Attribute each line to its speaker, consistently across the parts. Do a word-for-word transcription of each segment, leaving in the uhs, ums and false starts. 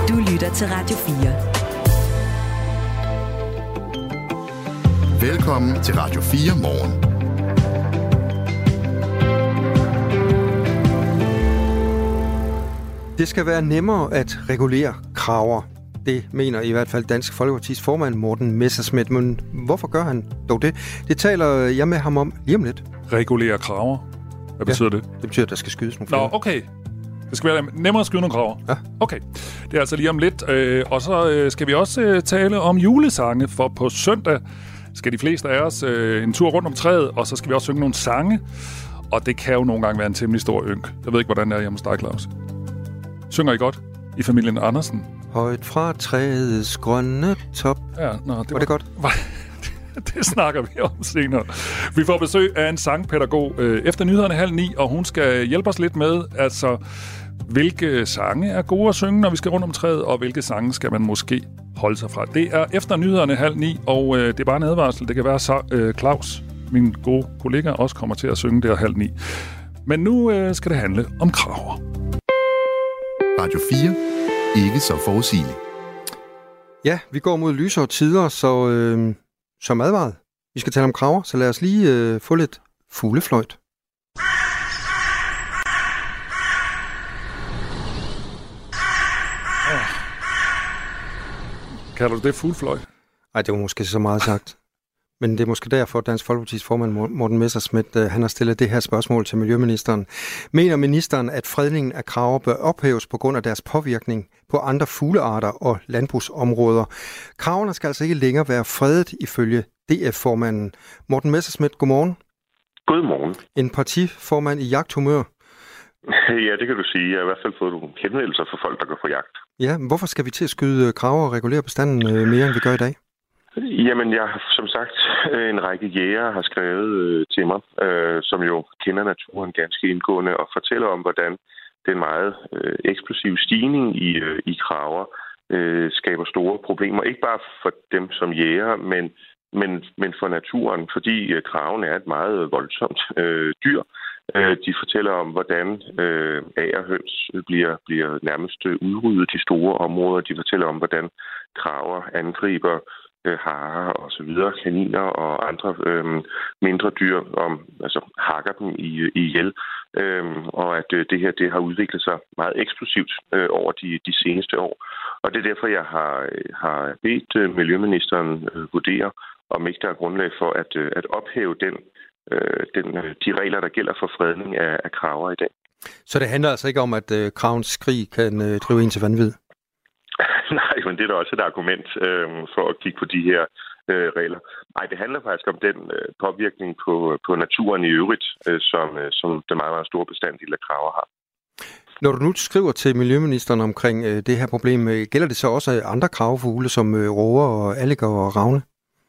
Speaker 1: Du lytter til Radio fire.
Speaker 2: Velkommen til Radio fire Morgen.
Speaker 3: Det skal være nemmere at regulere kraver. Det mener i hvert ffald Dansk Folkepartis formand Morten Messerschmidt. Men hvorfor gør han dog det? Det taler jeg med ham om lige om lidt.
Speaker 4: Regulere kraver? Hvad betyder ja, det?
Speaker 3: Det betyder, at der skal skydes nogle flere.
Speaker 4: Nå, okay. Det skal være nemmere at skyde nogle kraver?
Speaker 3: Ja.
Speaker 4: Okay. Det er altså lige om lidt. Øh, og så øh, skal vi også øh, tale om julesange, for på søndag skal de fleste af os øh, en tur rundt om træet, og så skal vi også synge nogle sange. Og det kan jo nogle gange være en temmelig stor ynk. Jeg ved ikke, hvordan det er hjemme hos dig, Claus. Synger I godt i familien Andersen?
Speaker 3: Højt fra træets grønne top.
Speaker 4: Ja, nå, det var,
Speaker 3: var det godt?
Speaker 4: Det snakker vi om senere. Vi får besøg af en sangpædagog øh, efter nyhederne halv ni, og hun skal hjælpe os lidt med, altså, hvilke sange er gode at synge, når vi skal rundt om træet, og hvilke sange skal man måske holde sig fra. Det er efter nyhederne halv ni, og øh, det er bare en advarsel. Det kan være, så øh, Claus, min gode kollega, også kommer til at synge der halv ni. Men nu øh, skal det handle om kraver.
Speaker 2: Radio fire. Ikke så forudsigeligt.
Speaker 3: Ja, vi går mod lysere tider, så øh, som advaret. Vi skal tale om kraver, så lad os lige øh, få lidt fuglefløjt.
Speaker 4: Oh. Kalder du det fuglefløjt?
Speaker 3: Nej, det var måske så meget sagt. Men det er måske derfor, at Dansk Folkepartis formand Morten Messerschmidt, han har stillet det her spørgsmål til miljøministeren. Mener ministeren, at fredningen af kraver bør ophæves på grund af deres påvirkning på andre fuglearter og landbrugsområder? Kraverne skal altså ikke længere være fredet ifølge D F-formanden. Morten Messerschmidt, godmorgen.
Speaker 5: Godmorgen.
Speaker 3: En partiformand i jagthumør.
Speaker 5: Ja, det kan du sige. Jeg har i hvert fald fået nogle henvendelser fra folk, der går på jagt.
Speaker 3: Ja, hvorfor skal vi til at skyde kraver og regulere bestanden mere, end vi gør i dag?
Speaker 5: Jamen, jeg har som sagt en række jægere har skrevet øh, til mig, øh, som jo kender naturen ganske indgående og fortæller om, hvordan den meget øh, eksplosive stigning i, øh, i kraver øh, skaber store problemer. Ikke bare for dem som jæger, men, men, men for naturen, fordi øh, kraven er et meget voldsomt øh, dyr. Øh, de fortæller om, hvordan øh, agerhøns bliver, bliver nærmest udryddet i store områder. De fortæller om, hvordan kraver angriber harer og så videre, kaniner og andre øhm, mindre dyr, om, altså hakker dem i, i ihjel, øhm, og at øh, det her det har udviklet sig meget eksplosivt øh, over de, de seneste år. Og det er derfor, jeg har, har bedt øh, miljøministeren øh, vurdere, om ikke der er grundlag for at, øh, at ophæve den, øh, den, øh, de regler, der gælder for fredning af, af kraver i dag.
Speaker 3: Så det handler altså ikke om, at øh, kravens skrig kan øh, drive en til vanvid?
Speaker 5: Nej, men det er da også et argument øh, for at kigge på de her øh, regler. Nej, det handler faktisk om den øh, påvirkning på, på naturen i øvrigt, øh, som, øh, som den meget, meget store bestanddel af kraver har.
Speaker 3: Når du nu skriver til miljøministeren omkring øh, det her problem, øh, gælder det så også andre kravefugle som øh, råger og alliger og ravne?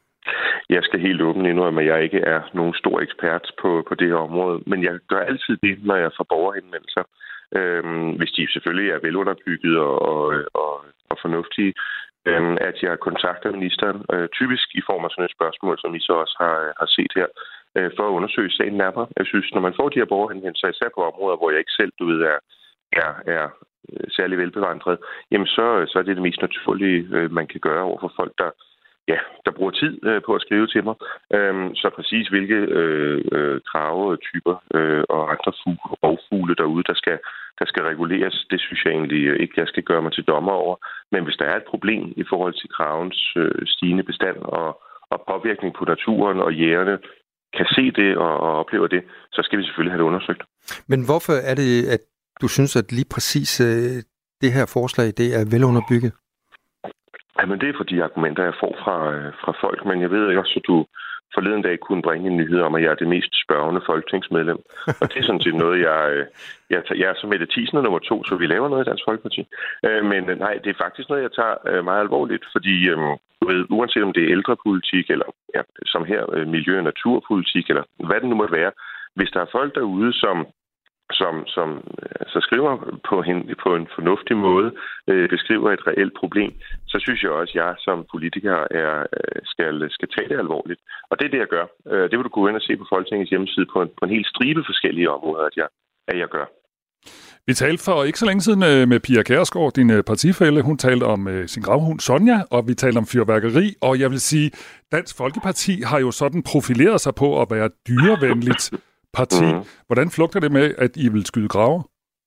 Speaker 5: Jeg skal helt åbent indrømme, at jeg ikke er nogen stor ekspert på, på det her område, men jeg gør altid det, når jeg får borgerhenvendelser. Øhm, hvis de selvfølgelig er velunderbygget og, og, og, og fornuftige, øhm, at jeg kontakter ministeren, øh, typisk i form af sådan et spørgsmål, som I så også har, har set her, øh, for at undersøge sagen nærmere. Jeg synes, når man får de her borgerhenvendelser, især på områder, hvor jeg ikke selv, du ved, er, er, er særlig velbevandret, jamen så, så er det det mest naturlige, øh, man kan gøre over for folk, der Ja, der bruger tid øh, på at skrive til mig. Øhm, så præcis hvilke øh, øh, kravetyper øh, og andre fugle og fugle derude, der skal, der skal reguleres, det synes jeg egentlig ikke, jeg skal gøre mig til dommer over. Men hvis der er et problem i forhold til kravens øh, stigende bestand og, og påvirkning på naturen, og jægerne kan se det og, og oplever det, så skal vi selvfølgelig have det undersøgt.
Speaker 3: Men hvorfor er det, at du synes, at lige præcis øh, det her forslag, det er velunderbygget?
Speaker 5: Jamen, det er for de argumenter, jeg får fra, fra folk, men jeg ved også, at du forleden dag kunne bringe en nyhed om, at jeg er det mest spørgende folketingsmedlem. Og det er sådan set noget, jeg, jeg, jeg er som Mette Thiesen nummer to, så vi laver noget i Dansk Folkeparti. Men nej, det er faktisk noget, jeg tager meget alvorligt, fordi du ved, uanset om det er ældrepolitik, eller ja, som her miljø- og naturpolitik, eller hvad det nu måtte være, hvis der er folk derude, som som, som så skriver på en, på en fornuftig måde, øh, beskriver et reelt problem, så synes jeg også, at jeg som politiker er, skal, skal tage det alvorligt. Og det er det, jeg gør. Øh, det vil du gå ind og se på Folketingets hjemmeside på en, på en helt stribe forskellige områder, at jeg, at jeg gør.
Speaker 4: Vi talte for ikke så længe siden med, med Pia Kjærsgaard, din partifælle. Hun talte om uh, sin gravhund Sonja, og vi talte om fyrværkeri. Og jeg vil sige, Dansk Folkeparti har jo sådan profileret sig på at være et dyrevenligt parti. Mm. Hvordan flugter det med, at I vil skyde grave?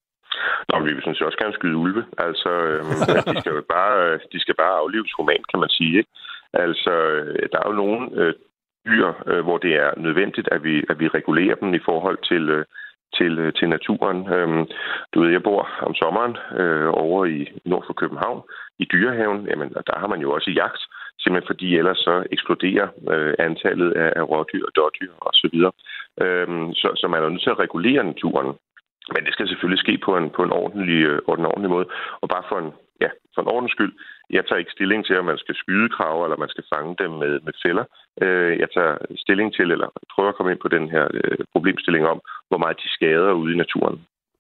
Speaker 5: Nå, men vi vil sådan set også gerne skyde ulve. Altså, øhm, de skal jo bare, de skal bare aflives humant, kan man sige, ikke? Altså, der er jo nogle øh, dyr, øh, hvor det er nødvendigt, at vi, at vi regulerer dem i forhold til, øh, til, øh, til naturen. Øhm, du ved, jeg bor om sommeren øh, over i nord for København, i Dyrehaven. Jamen, der har man jo også jagt, simpelthen fordi ellers så eksploderer øh, antallet af, af rådyr og dårdyr osv. Øhm, så, så man er nødt til at regulere naturen. Men det skal selvfølgelig ske på en, på en ordentlig, øh, en ordentlig måde. Og bare for en, ja, for en ordens skyld, jeg tager ikke stilling til, om man skal skyde kraver, eller man skal fange dem med, med fælder. Øh, jeg tager stilling til, eller prøver at komme ind på den her øh, problemstilling om, hvor meget de skader ude i naturen.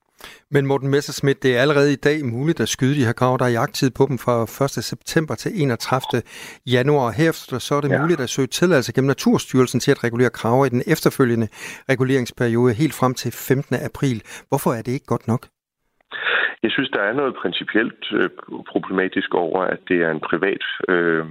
Speaker 3: Men Morten Messerschmidt, det er allerede i dag muligt at skyde de her kraver. Der er jagttid på dem fra første september til enogtredivte januar. Herefter så er det ja. muligt at søge tilladelse gennem Naturstyrelsen til at regulere kraver i den efterfølgende reguleringsperiode helt frem til femtende april. Hvorfor er det ikke godt nok?
Speaker 5: Jeg synes, der er noget principielt øh, problematisk over, at det er en privat øh,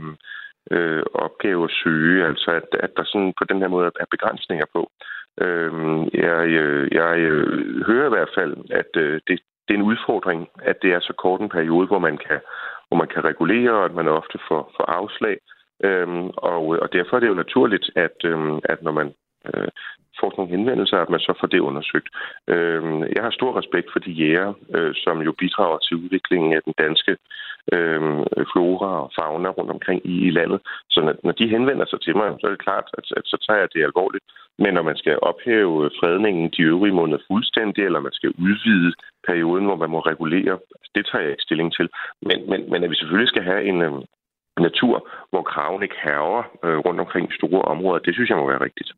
Speaker 5: øh, opgave at søge. Altså, at, at der sådan på den her måde er begrænsninger på. Øh, jeg, jeg hører i hvert fald, at øh, det, det er en udfordring, at det er så kort en periode, hvor man kan, hvor man kan regulere, og at man ofte får, får afslag. Øh, og, og derfor er det jo naturligt, at, øh, at når man øh, får nogle henvendelser, at man så får det undersøgt. Øh, jeg har stor respekt for de jæger, øh, som jo bidrager til udviklingen af den danske øh, flora og fauna rundt omkring i, i landet. Så når, når de henvender sig til mig, så er det klart, at, at så tager jeg det alvorligt. Men når man skal ophæve fredningen de øvrige måneder fuldstændig, eller man skal udvide perioden, hvor man må regulere, det tager jeg ikke stilling til. Men, men, men at vi selvfølgelig skal have en øh, natur, hvor kraven ikke hærger øh, rundt omkring store områder, det synes jeg må være rigtigt.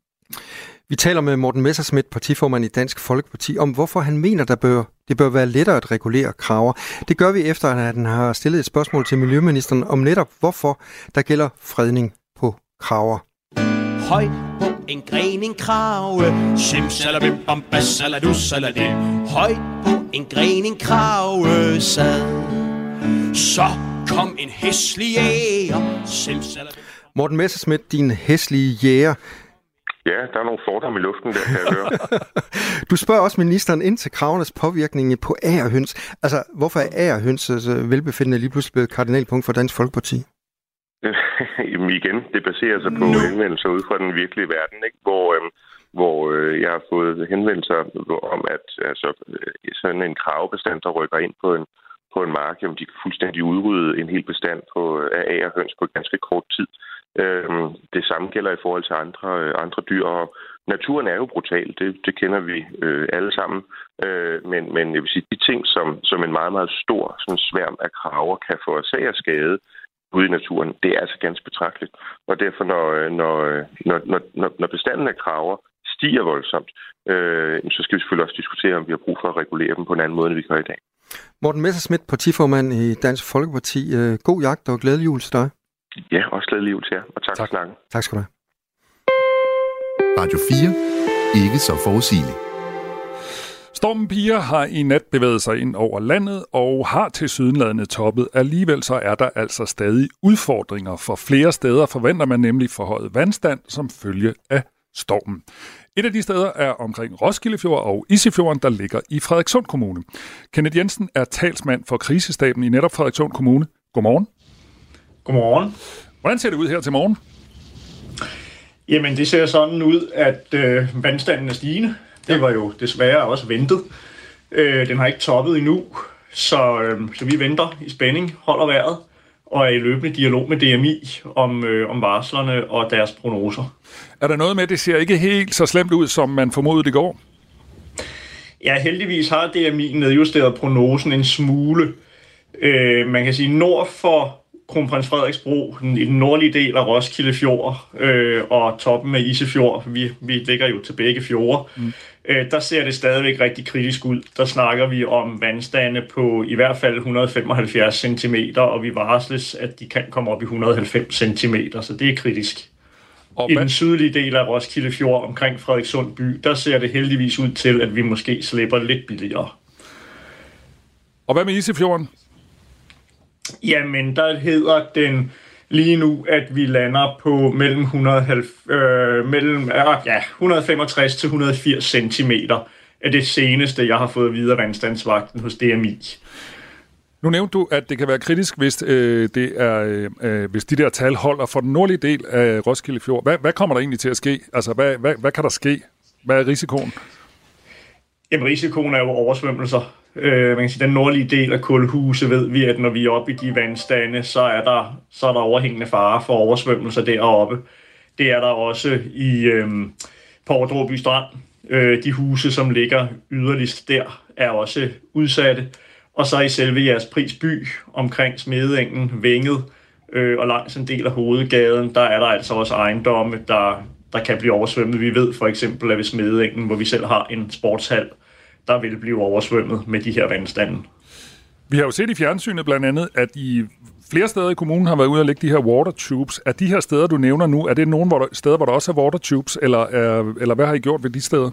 Speaker 3: Vi taler med Morten Messerschmidt, partiformand i Dansk Folkeparti, om hvorfor han mener, der bør, det bør være lettere at regulere kraver. Det gør vi efter, at han har stillet et spørgsmål til Miljøministeren om netop, hvorfor der gælder fredning på kraver.
Speaker 1: Højt på en gren, en krave, simsalabim, bamba, saladus, saladim. Højt på en gren, en krave sad. Så kom en hæslig jæger, simsalabim.
Speaker 3: Morten Messerschmidt, din hæslige jæger.
Speaker 5: Ja, der er nogle fordomme i luften, der kan jeg høre.
Speaker 3: Du spørger også ministeren ind til kravenes påvirkning på agerhøns. Altså, hvorfor er agerhøns velbefindende lige pludselig blevet kardinalpunkt for Dansk Folkeparti?
Speaker 5: Jamen igen, det baserer sig på henvendelser ud fra den virkelige verden, ikke? Hvor, øhm, hvor øh, jeg har fået henvendelser om, at altså, sådan en kravebestand, der rykker ind på en, på en mark, jamen, de kan fuldstændig udrydde en hel bestand på, af agerhøns på ganske kort tid. Øhm, det samme gælder i forhold til andre, andre dyr, og naturen er jo brutal, det, det kender vi øh, alle sammen. Øh, men, men jeg vil sige, de ting, som, som en meget, meget stor sådan sværm af kraver kan forårsage skade ude i naturen, det er altså ganske betragteligt. Og derfor, når, når, når, når, når bestanden af kraver stiger voldsomt, øh, så skal vi selvfølgelig også diskutere, om vi har brug for at regulere dem på en anden måde, end vi gør i dag.
Speaker 3: Morten Messerschmidt, partiformand i Dansk Folkeparti. God jagt og glædelig jul til dig.
Speaker 5: Ja, også glædelig jul til jer, og tak, tak. for snakken.
Speaker 3: Tak skal du have.
Speaker 2: Radio fire. Ikke så forudsigeligt.
Speaker 4: Stormen Pia har i nat bevæget sig ind over landet og har tilsyneladende toppet. Alligevel så er der altså stadig udfordringer. For flere steder forventer man nemlig forhøjet vandstand som følge af stormen. Et af de steder er omkring Roskilde Fjord og Isefjorden, der ligger i Frederikssund Kommune. Kenneth Jensen er talsmand for krisestaben i netop Frederikssund Kommune. Godmorgen.
Speaker 6: Godmorgen.
Speaker 4: Hvordan ser det ud her til morgen?
Speaker 6: Jamen, det ser sådan ud, at øh, vandstanden er stigende. Det var jo desværre også ventet. Øh, den har ikke toppet endnu, så, øh, så vi venter i spænding, holder vejret og er i løbende dialog med D M I om, øh, om varslerne og deres prognoser.
Speaker 4: Er der noget med, at det ser ikke helt så slemt ud, som man formodede i går?
Speaker 6: Ja, heldigvis har D M I nedjusteret prognosen en smule. Øh, man kan sige, nord for Kronprins Frederiks Bro, i den nordlige del af Roskilde Fjord øh, og toppen af Isefjord, vi, vi ligger jo til begge fjorde, mm. øh, der ser det stadigvæk rigtig kritisk ud. Der snakker vi om vandstande på i hvert fald et hundrede og femoghalvfjerds centimeter, og vi varsles, at de kan komme op i et hundrede og halvfems centimeter, så det er kritisk. Og I den sydlige del af Roskilde Fjord omkring Frederikssund by, der ser det heldigvis ud til, at vi måske slipper lidt billigere.
Speaker 4: Og hvad med Isefjorden?
Speaker 6: Jamen, der hedder den lige nu, at vi lander på mellem, hundrede og halvfems, øh, mellem ja, et hundrede og femogtres til et hundrede og firs centimeter af det seneste, jeg har fået videre vandstandsvagten hos D M I.
Speaker 4: Nu nævnte du, at det kan være kritisk, hvis, øh, det er, øh, hvis de der tal holder for den nordlige del af Roskilde Fjord. Hvad, hvad kommer der egentlig til at ske? Altså, hvad, hvad, hvad kan der ske? Hvad er risikoen?
Speaker 6: Jamen, risikoen er jo oversvømmelser. Øh, man kan sige, den nordlige del af Kulhuse ved vi, at når vi er oppe i de vandstande, så er der, så er der overhængende fare for oversvømmelser deroppe. Det er der også i øh, på Overdråby Strand. Øh, de huse, som ligger yderligst der, er også udsatte. Og så i selve Jægerspris by, omkring Smedeengen, Vænget øh, og langs en del af hovedgaden, der er der altså også ejendomme, der, der kan blive oversvømmet. Vi ved for eksempel, at ved Smedeengen, hvor vi selv har en sportshal, der vil blive oversvømmet med de her vandstande.
Speaker 4: Vi har jo set i fjernsynet blandt andet, at I flere steder i kommunen har været ude og lægge de her water tubes. Er de her steder, du nævner nu, er det nogle hvor der, steder, hvor der også er water tubes, eller, er, eller hvad har I gjort ved de steder?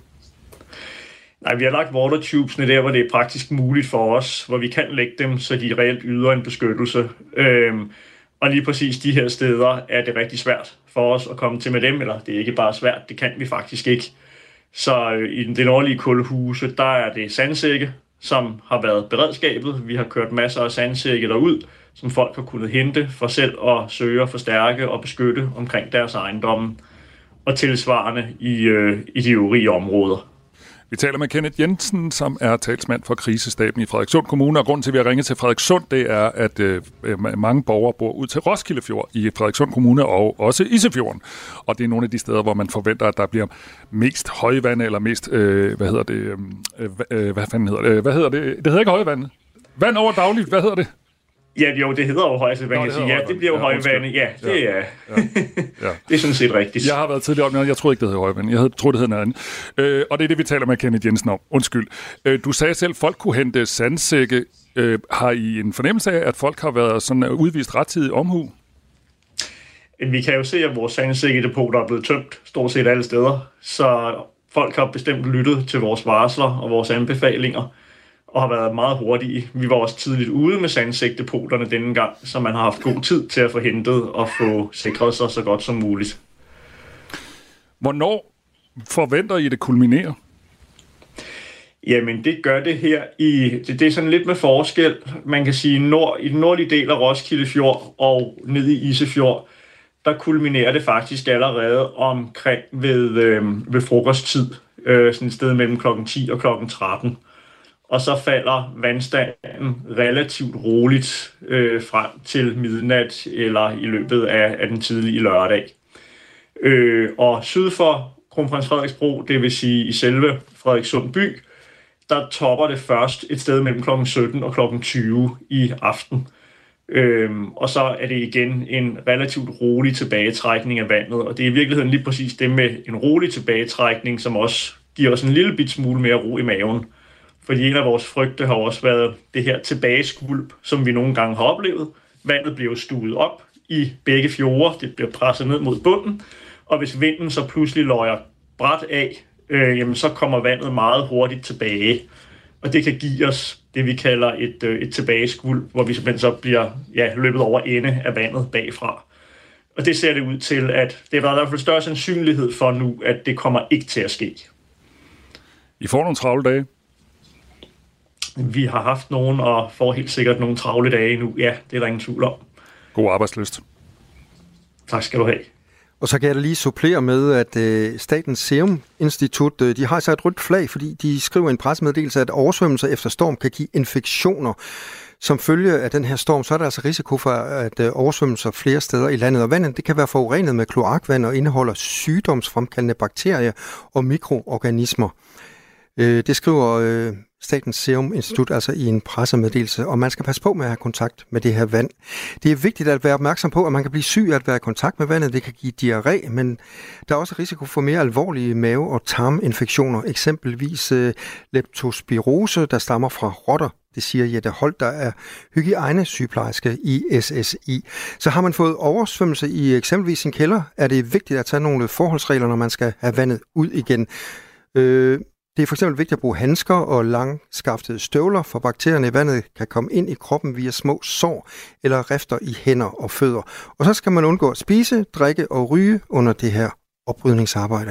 Speaker 6: Nej, vi har lagt water tubesene der, hvor det er praktisk muligt for os, hvor vi kan lægge dem, så de reelt yder en beskyttelse. Øhm, og lige præcis de her steder er det rigtig svært for os at komme til med dem, eller det er ikke bare svært, det kan vi faktisk ikke. Så øh, i det nordlige Kulhuse, der er det sandsække, som har været beredskabet. Vi har kørt masser af sandsække derud, som folk har kunnet hente for selv at søge og forstærke og beskytte omkring deres ejendomme, og tilsvarende i, øh, i de øvrige områder.
Speaker 4: Vi taler med Kenneth Jensen, som er talsmand for krisestaben i Frederikssund Kommune, og grunden til, at vi har ringet til Frederikssund, det er, at øh, mange borgere bor ud til Roskilde Fjord i Frederikssund Kommune og også Isefjorden. Og det er nogle af de steder, hvor man forventer, at der bliver mest højvand, eller mest, øh, hvad hedder det, øh, hvad fanden hedder det, hvad hedder det, det hedder ikke højvand. Vand over dagligt, hvad hedder det?
Speaker 6: Ja, jo, det hedder jo højvand, kan jeg sige. Ja, det bliver jo ja, højvand. Ja, det er, ja. Ja. Det er sådan set rigtigt.
Speaker 4: Jeg har været tidligere om, jeg troede ikke, det hedder højvand. Jeg troede, det hedder noget andet. Øh, og det er det, vi taler med Kenneth Jensen om. Undskyld. Øh, du sagde selv, at folk kunne hente sandsække. Øh, har I en fornemmelse af, at folk har været sådan udvist rettidig omhu?
Speaker 6: Vi kan jo se, at vores sandsækkedepoter er blevet tømt stort set alle steder. Så folk har bestemt lyttet til vores varsler og vores anbefalinger, og har været meget hurtige. Vi var også tidligt ude med sandsækdepoterne denne gang, så man har haft god tid til at få hentet og få sikret sig så godt som muligt.
Speaker 4: Hvornår forventer I det kulminerer?
Speaker 6: Jamen, det gør det her i... Det, det er sådan lidt med forskel. Man kan sige, nord, i den nordlige del af Roskilde Fjord og ned i Isefjord, der kulminerer det faktisk allerede omkring ved, øh, ved frokosttid. Øh, sådan et sted mellem klokken ti og klokken tretten. Og så falder vandstanden relativt roligt øh, frem til midnat eller i løbet af, af den tidlige lørdag. Øh, og syd for Kronprins Frederiks Bro, det vil sige i selve Frederikssund by, der topper det først et sted mellem klokken sytten og klokken tyve i aften. Øh, og så er det igen en relativt rolig tilbagetrækning af vandet, og det er i virkeligheden lige præcis det med en rolig tilbagetrækning, som også giver os en lille bit smule mere ro i maven. Fordi en af vores frygte har også været det her tilbageskvulp, som vi nogle gange har oplevet. Vandet bliver stuet op i begge fjorde, det bliver presset ned mod bunden, og hvis vinden så pludselig løjer brat af, øh, jamen så kommer vandet meget hurtigt tilbage. Og det kan give os det, vi kalder et, øh, et tilbageskvulp, hvor vi simpelthen så bliver ja, løbet over ende af vandet bagfra. Og det ser det ud til, at det er i hvert fald større sandsynlighed for nu, at det kommer ikke til at ske.
Speaker 4: I får nogle travle dage.
Speaker 6: Vi har haft nogen, og får helt sikkert nogle travle dage nu. Ja, det er der ingen tvivl om.
Speaker 4: God arbejdslyst.
Speaker 6: Tak skal du have.
Speaker 3: Og så kan jeg da lige supplere med, at øh, Statens Serum Institut, øh, de har så et rødt flag, fordi de skriver i en pressemeddelelse, at oversvømmelser efter storm kan give infektioner. Som følge af den her storm, så er der altså risiko for, at øh, oversvømmelser flere steder i landet. Og vandet, det kan være forurenet med kloakvand og indeholder sygdomsfremkaldende bakterier og mikroorganismer. Øh, det skriver øh, Statens Serum Institut altså i en pressemeddelelse, og man skal passe på med at have kontakt med det her vand. Det er vigtigt at være opmærksom på, at man kan blive syg af at være i kontakt med vandet. Det kan give diarré, men der er også risiko for mere alvorlige mave- og tarminfektioner, eksempelvis øh, leptospirose, der stammer fra rotter. Det siger Jette Holt, der er hygiejnesygeplejerske i S S I. Så har man fået oversvømmelse i eksempelvis sin kælder, er det vigtigt at tage nogle forholdsregler, når man skal have vandet ud igen. Øh, Det er for eksempel vigtigt at bruge handsker og langskaftede støvler, for bakterierne i vandet kan komme ind i kroppen via små sår eller rifter i hænder og fødder. Og så skal man undgå at spise, drikke og ryge under det her oprydningsarbejde.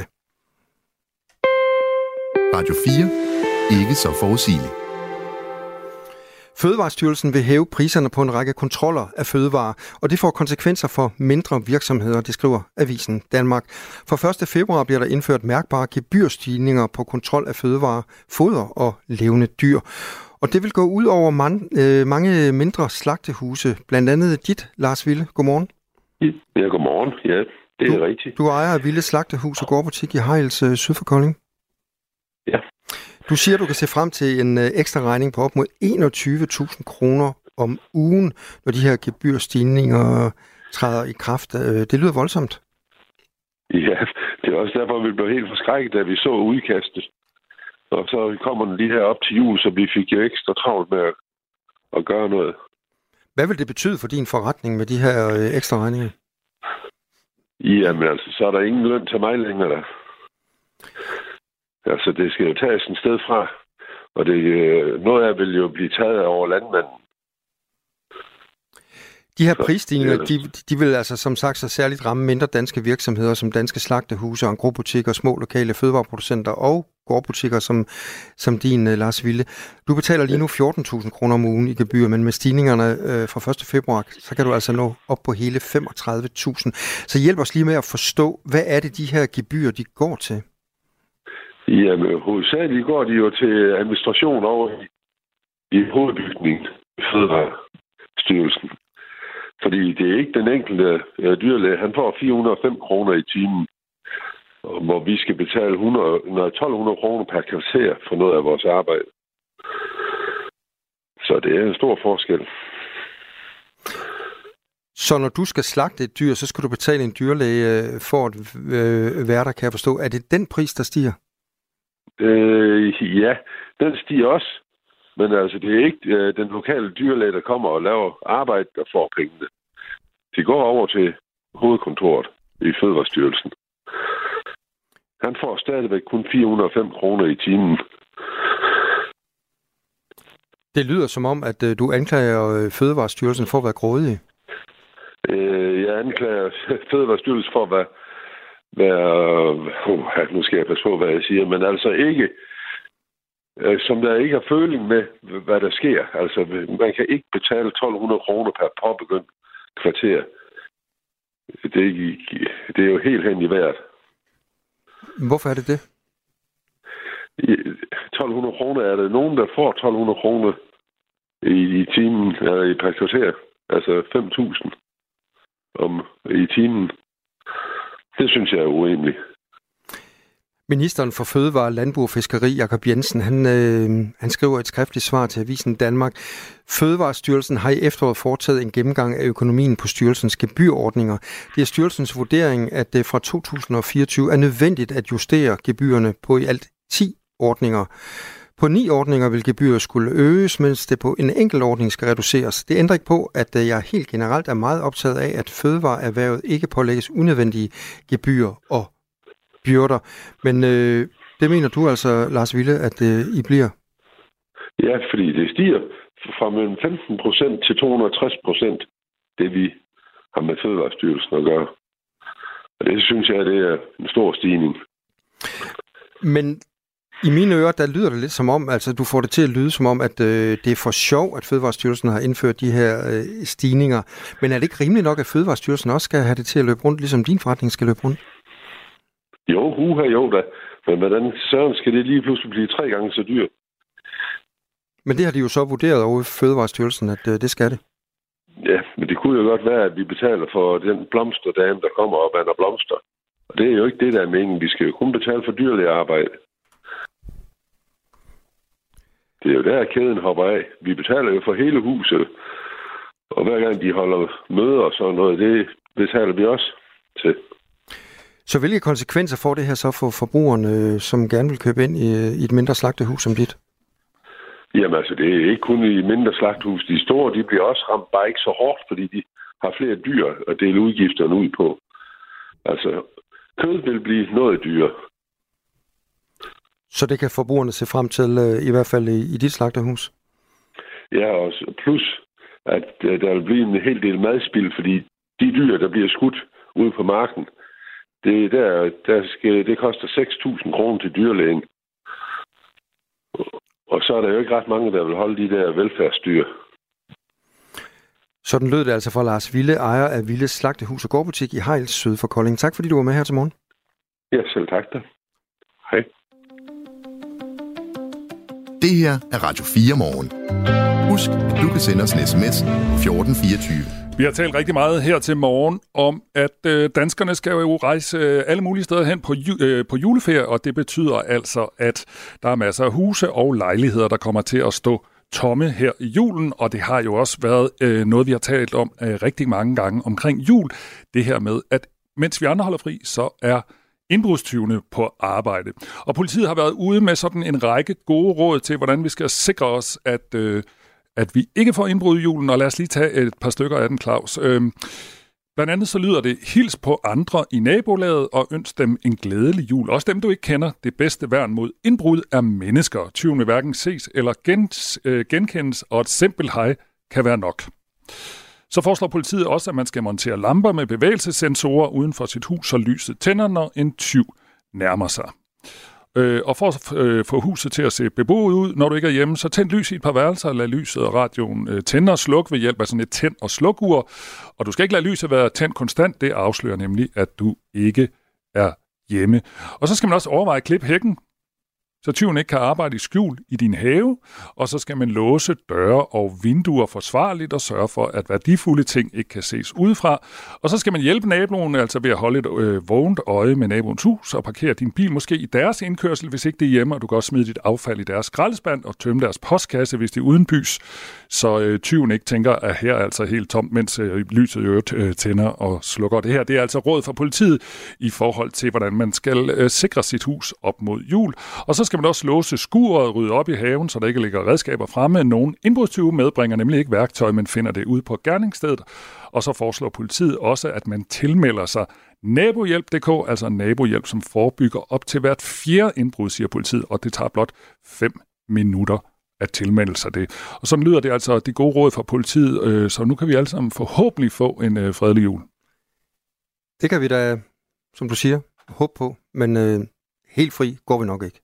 Speaker 2: Radio fire. Ikke så forudsigeligt.
Speaker 3: Fødevarestyrelsen vil hæve priserne på en række kontroller af fødevarer, og det får konsekvenser for mindre virksomheder, det skriver Avisen Danmark. For første februar bliver der indført mærkbare gebyrstigninger på kontrol af fødevarer, foder og levende dyr. Og det vil gå ud over man, øh, mange mindre slagtehuse, blandt andet dit, Lars Wille. Godmorgen.
Speaker 7: Ja, godmorgen. Ja, det er
Speaker 3: du,
Speaker 7: rigtigt.
Speaker 3: Du ejer af Wille Slagtehus og gårdbutik i Hejls øh, syd for Kolding.
Speaker 7: Ja.
Speaker 3: Du siger, du kan se frem til en øh, ekstra regning på op mod enogtyve tusind kroner om ugen, når de her gebyrstigninger træder i kraft. Øh, det lyder voldsomt.
Speaker 7: Ja, det er også derfor, vi blev helt forskrækket, da vi så udkastet. Og så kommer den lige her op til jul, så vi fik jo ekstra travlt med at, at gøre noget.
Speaker 3: Hvad vil det betyde for din forretning med de her øh, ekstra regninger?
Speaker 7: Jamen altså, så er der ingen løn til mig længere der. Altså, det skal jo tages en sted fra, og det, noget af vil jo blive taget over landmanden.
Speaker 3: De her prisstigninger, de, de vil altså som sagt så særligt ramme mindre danske virksomheder som danske slagtehuse, engrosbutikker, små lokale fødevareproducenter og gårdbutikker som, som din, uh, Lars Wille. Du betaler lige nu fjorten tusind kroner om ugen i gebyr, men med stigningerne uh, fra første februar, så kan du altså nå op på hele femogtredive tusind. Så hjælp os lige med at forstå, hvad er det, de her gebyrer, de går til?
Speaker 7: Jamen, hovedsageligt går de jo til administration over i, i hovedbygningen i Fødevarestyrelsen. Fordi det er ikke den enkelte uh, dyrlæge. Han får fire hundrede og fem kroner i timen, hvor vi skal betale tolv hundrede kroner per kvarter for noget af vores arbejde. Så det er en stor forskel.
Speaker 3: Så når du skal slagte et dyr, så skal du betale en dyrlæge for at øh, være der, kan jeg forstå. Er det den pris, der stiger?
Speaker 7: Øh, ja, den stiger også. Men altså, det er ikke øh, den lokale dyrlæge, der kommer og laver arbejde, der får pengene. De går over til hovedkontoret i Fødevarestyrelsen. Han får stadigvæk kun fire hundrede og fem kroner i timen.
Speaker 3: Det lyder som om, at øh, du anklager Fødevarestyrelsen for at være grådig.
Speaker 7: Øh, jeg anklager Fødevarestyrelsen for at være... være uh, nu skal jeg passe på, hvad jeg siger, men altså ikke... Øh, som der ikke har føling med, hvad der sker. Altså, man kan ikke betale tolv hundrede kroner per påbegyndt kvarter. Det er, det er jo helt hen i vejret.
Speaker 3: Hvorfor er det det?
Speaker 7: tolv hundrede kroner er der nogen, der får tolv hundrede kroner i, i timen, eller i per kvarter. Altså fem tusind om i timen. Det synes jeg er urimeligt.
Speaker 3: Ministeren for Fødevare, Landbrug og Fiskeri, Jakob Jensen, han, øh, han skriver et skriftligt svar til Avisen Danmark. Fødevarestyrelsen har i efteråret foretaget en gennemgang af økonomien på styrelsens gebyrordninger. Det er styrelsens vurdering, at det fra to tusind og fireogtyve er nødvendigt at justere gebyrerne på i alt ti ordninger. På ni ordninger vil gebyret skulle øges, mens det på en enkelt ordning skal reduceres. Det ændrer ikke på, at jeg helt generelt er meget optaget af, at fødevareerhvervet ikke pålægges unødvendige gebyrer og byrder. Men øh, det mener du altså, Lars Wille, at øh, I bliver?
Speaker 7: Ja, fordi det stiger fra mellem femten procent til to hundrede og tres procent, det vi har med Fødevarestyrelsen at gøre. Og det synes jeg, det er en stor stigning.
Speaker 3: Men i mine ører, der lyder det lidt som om, altså du får det til at lyde som om, at øh, det er for sjov, at Fødevarestyrelsen har indført de her øh, stigninger. Men er det ikke rimeligt nok, at Fødevarestyrelsen også skal have det til at løbe rundt, ligesom din forretning skal løbe rundt?
Speaker 7: Jo, uha, jo da. Men hvordan søren skal det lige pludselig blive tre gange så dyrt?
Speaker 3: Men det har de jo så vurderet over i Fødevarestyrelsen, at øh, det skal det.
Speaker 7: Ja, men det kunne jo godt være, at vi betaler for den blomsterdame, der kommer op af blomster. Og det er jo ikke det, der er meningen. Vi skal jo kun betale for dyrlæge arbejde. Det er jo der, kæden hopper af. Vi betaler jo for hele huset. Og hver gang de holder møder og sådan noget, det betaler vi også til.
Speaker 3: Så hvilke konsekvenser får det her så for forbrugerne, som gerne vil købe ind i, i et mindre slagtehus som dit?
Speaker 7: Jamen altså, det er ikke kun i mindre slagthus. De store, de bliver også ramt, bare ikke så hårdt, fordi de har flere dyr at dele udgifterne ud på. Altså, kød vil blive noget dyrere.
Speaker 3: Så det kan forbrugerne se frem til, i hvert fald i, i dit slagterhus?
Speaker 7: Ja, og plus, at der vil blive en hel del madspild, fordi de dyr, der bliver skudt ude på marken, det, der, der skal, det koster seks tusind kroner til dyrlægen. Og så er der jo ikke ret mange, der vil holde de der velfærdsdyr.
Speaker 3: Sådan lød det altså fra Lars Wille, ejer af Wille Slagtehus og Gårdbutik i Hejls syd for Kolding. Tak fordi du var med her til morgen.
Speaker 7: Ja, selv tak da. Hej.
Speaker 2: Det her er Radio fire Morgen. Husk, at du kan sende os en sms fjorten fireogtyve.
Speaker 4: Vi har talt rigtig meget her til morgen om, at øh, danskerne skal jo rejse øh, alle mulige steder hen på, ju- øh, på juleferie, og det betyder altså, at der er masser af huse og lejligheder, der kommer til at stå tomme her i julen, og det har jo også været øh, noget, vi har talt om øh, rigtig mange gange omkring jul. Det her med, at mens vi andre holder fri, så er indbrudstyvene på arbejde. Og politiet har været ude med sådan en række gode råd til, hvordan vi skal sikre os, at, øh, at vi ikke får indbrud i julen. Og lad os lige tage et par stykker af den, Claus. Øh, blandt andet så lyder det, hils på andre i nabolaget og ønsk dem en glædelig jul. Også dem, du ikke kender. Det bedste værn mod indbrud er mennesker. Tyven vil hverken ses eller gens, øh, genkendes, og et simpelt hej kan være nok. Så foreslår politiet også, at man skal montere lamper med bevægelsessensorer uden for sit hus, så lyset tænder, når en tyv nærmer sig. Øh, og for at øh, få huset til at se beboet ud, når du ikke er hjemme, så tænd lys i et par værelser, og lad lyset og radioen øh, tænde og slukke ved hjælp af sådan et tænd- og slukur. Og du skal ikke lade lyset være tændt konstant, det afslører nemlig, at du ikke er hjemme. Og så skal man også overveje at klippe hækken, så tyven ikke kan arbejde i skjul i din have, og så skal man låse døre og vinduer forsvarligt og sørge for, at værdifulde ting ikke kan ses udefra. Og så skal man hjælpe naboen, altså ved at holde et øh, vågent øje med naboens hus og parkere din bil måske i deres indkørsel, hvis ikke det er hjemme, og du kan også smide dit affald i deres skraldespand og tømme deres postkasse, hvis det er uden bys, så øh, tyven ikke tænker, at her er altså helt tomt, mens øh, lyset i øvrigt øh, tænder og slukker. Det her det er altså råd fra politiet i forhold til, hvordan man skal øh, sikre sit hus op mod jul. Og så skal man også låse skuret og rydde op i haven, så der ikke ligger redskaber fremme. Nogle indbrudstyve medbringer nemlig ikke værktøj, men finder det ude på gerningsstedet. Og så foreslår politiet også, at man tilmelder sig nabohjælp punktum d k, altså nabohjælp, som forebygger op til hvert fjerde indbrud, siger politiet, og det tager blot fem minutter at tilmelde sig det. Og sådan lyder det altså de gode råd fra politiet, så nu kan vi alle sammen forhåbentlig få en fredelig jul.
Speaker 3: Det kan vi da, som du siger, håbe på, men øh, helt fri går vi nok ikke.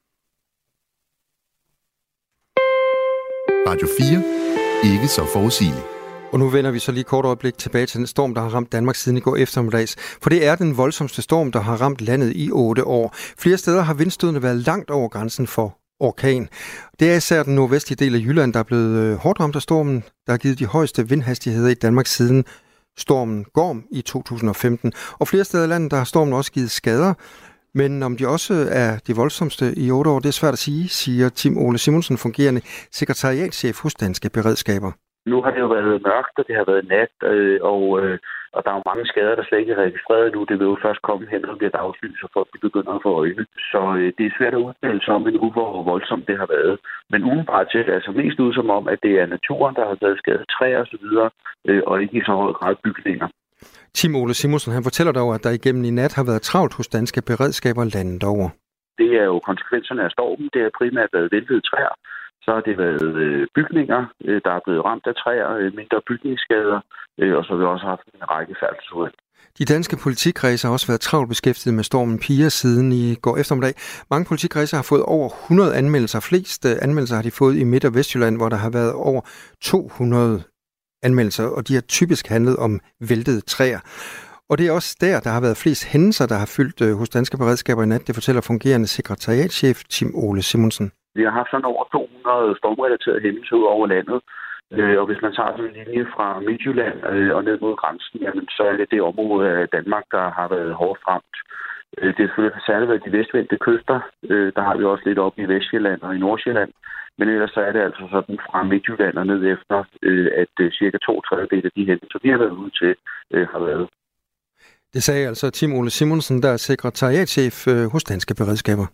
Speaker 2: Radio fire. Ikke så forudsigeligt.
Speaker 3: Og nu vender vi så lige kort øjeblik tilbage til den storm, der har ramt Danmark siden i går eftermiddags. For det er den voldsomste storm, der har ramt landet i otte år. Flere steder har vindstødene været langt over grænsen for orkan. Det er især den nordvestlige del af Jylland, der er blevet hårdt ramt af stormen, der har givet de højeste vindhastigheder i Danmark siden stormen Gorm i to tusind og femten. Og flere steder i landet, der har stormen også givet skader. Men om de også er de voldsomste i otte år, det er svært at sige, siger Tim Ole Simonsen, fungerende sekretariatschef hos Danske Beredskaber.
Speaker 8: Nu har det jo været mørkt, og det har været nat, øh, og, øh, og der er jo mange skader, der slet ikke er registreret nu. Det vil jo først komme hen, når det bliver dagslys, og folk begynder at få øjne. Så øh, det er svært at udtale sig om endnu, hvor voldsomt det har været. Men udenbart til det altså mest ud som om, at det er naturen, der har været skadet, træer og så videre, øh, og ikke i så høj grad bygninger.
Speaker 3: Tim Ole Simonsen, han fortæller dog, at der igennem i nat har været travlt hos Danske Beredskaber landet over.
Speaker 8: Det er jo konsekvenserne af stormen. Det har primært været væltede træer. Så har det været bygninger, der er blevet ramt af træer, mindre bygningsskader, og så har vi også haft en række færdselsuheld.
Speaker 3: De danske politikredse har også været travlt beskæftiget med stormen Pia siden i går eftermiddag. Mange politikredse har fået over hundrede anmeldelser. Flest anmeldelser har de fået i Midt- og Vestjylland, hvor der har været over to hundrede anmeldelser, og de har typisk handlet om væltede træer. Og det er også der, der har været flest hændelser, der har fyldt hos Danske Beredskaber i nat. Det fortæller fungerende sekretariatschef Tim Ole Simonsen.
Speaker 8: Vi har haft sådan over to hundrede stormrelaterede hændelser ud over landet. Og hvis man tager sådan en linje fra Midtjylland og ned mod grænsen, jamen, så er det det område af Danmark, der har været hårdt ramt. Det er selvfølgelig særligt været de vestvendte kyster. Der har vi også lidt op i Vestjylland og i Nordsjælland. Men ellers så er det altså sådan fra Midtjylland og ned efter, at cirka to tredjedel af de hændelser, vi har været ude til, har været.
Speaker 3: Det sagde altså Tim Ole Simonsen, der er sekretariatschef hos Danske Beredskaber.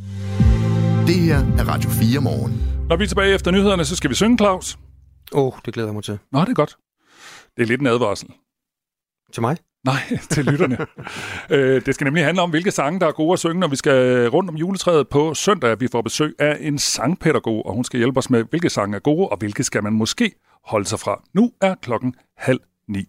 Speaker 2: Det her er Radio fire Morgen.
Speaker 4: Når vi er tilbage efter nyhederne, så skal vi synge, Claus.
Speaker 3: Åh, oh, det glæder jeg mig til.
Speaker 4: Nå, det er godt. Det er lidt en advarsel.
Speaker 3: Til mig?
Speaker 4: Nej, til lytterne. øh, det skal nemlig handle om, hvilke sange, der er gode at synge, når vi skal rundt om juletræet på søndag. Vi får besøg af en sangpædagog, og hun skal hjælpe os med, hvilke sange er gode, og hvilke skal man måske holde sig fra. Nu er klokken halv ni.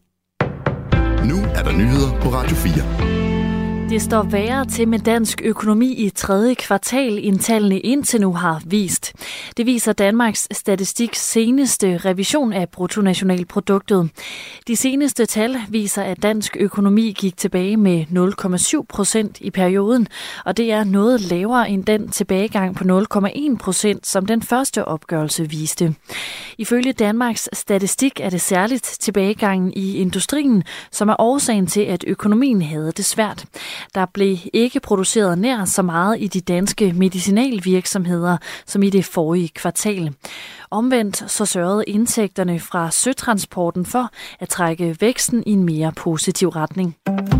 Speaker 2: Nu er der nyheder på Radio fire.
Speaker 9: Det står værre til med dansk økonomi i tredje kvartal, end tallene indtil nu har vist. Det viser Danmarks Statistiks seneste revision af bruttonationalproduktet. De seneste tal viser, at dansk økonomi gik tilbage med nul komma syv procent i perioden, og det er noget lavere end den tilbagegang på nul komma en procent, som den første opgørelse viste. Ifølge Danmarks Statistik er det særligt tilbagegangen i industrien, som er årsagen til, at økonomien havde det svært. Der blev ikke produceret nær så meget i de danske medicinalvirksomheder som i det forrige kvartal. Omvendt så sørgede indtægterne fra søtransporten for at trække væksten i en mere positiv retning.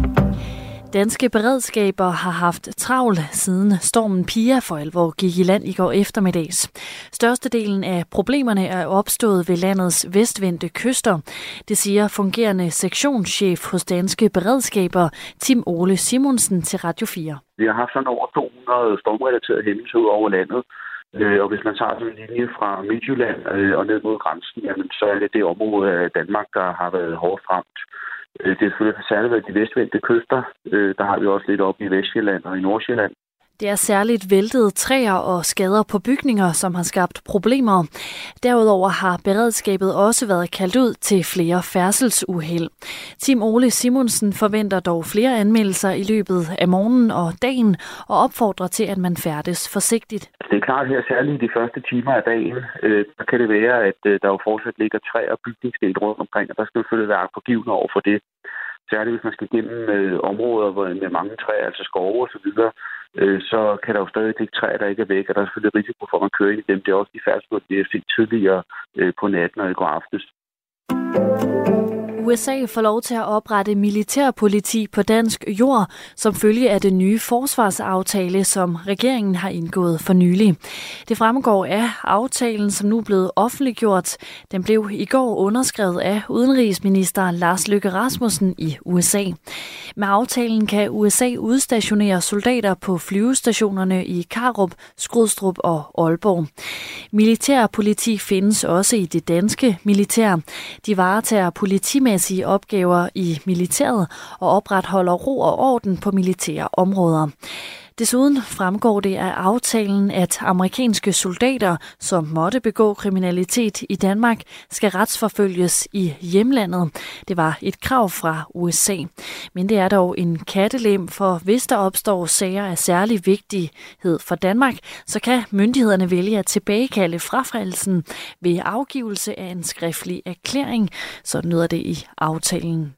Speaker 9: Danske beredskaber har haft travlt siden stormen Pia for alvor gik i land i går eftermiddags. Størstedelen af problemerne er opstået ved landets vestvendte kyster. Det siger fungerende sektionschef hos Danske Beredskaber, Tim Ole Simonsen til Radio fire.
Speaker 8: Vi har haft sådan over to hundrede stormrelaterede hændelser ud over landet. Og hvis man tager sådan en linje fra Midtjylland og ned mod grænsen, jamen, så er det det område af Danmark, der har været hårdt ramt. Det er selvfølgelig særligt ved de vestvendte kyster. Der har vi også lidt op i Vestjylland og i Nordsjælland.
Speaker 9: Det er særligt væltede træer og skader på bygninger, som har skabt problemer. Derudover har beredskabet også været kaldt ud til flere færdselsuheld. Tim Ole Simonsen forventer dog flere anmeldelser i løbet af morgenen og dagen og opfordrer til, at man færdes forsigtigt.
Speaker 8: Det er klart her, særligt i de første timer af dagen, øh, der kan det være, at øh, der jo fortsat ligger træer og bygningsdel rundt omkring, og der skal selvfølgelig være pågivende over for det. Særligt hvis man skal gennem øh, områder med mange træer, altså skove og så videre, øh, så kan der jo stadig ligge træer, der ikke er væk, og der er selvfølgelig risiko for, at man kører ind i dem. Det er også de færdsmål, vi har set tidligere øh, på natten og i går aftes.
Speaker 9: U S A får lov til at oprette militærpoliti på dansk jord som følge af den nye forsvarsaftale, som regeringen har indgået for nylig. Det fremgår af aftalen, som nu er blevet offentliggjort. Den blev i går underskrevet af udenrigsminister Lars Løkke Rasmussen i U S A. Med aftalen kan U S A udstationere soldater på flyvestationerne i Karup, Skrydstrup og Aalborg. Militærpoliti findes også i det danske militær. De varetager politimæssige opgaver i militæret og opretholder ro og orden på militære områder. Desuden fremgår det af aftalen, at amerikanske soldater, som måtte begå kriminalitet i Danmark, skal retsforfølges i hjemlandet. Det var et krav fra U S A. Men det er dog en kattelem, for hvis der opstår sager af særlig vigtighed for Danmark, så kan myndighederne vælge at tilbagekalde frafaldelsen ved afgivelse af en skriftlig erklæring. Sådan lyder det i aftalen.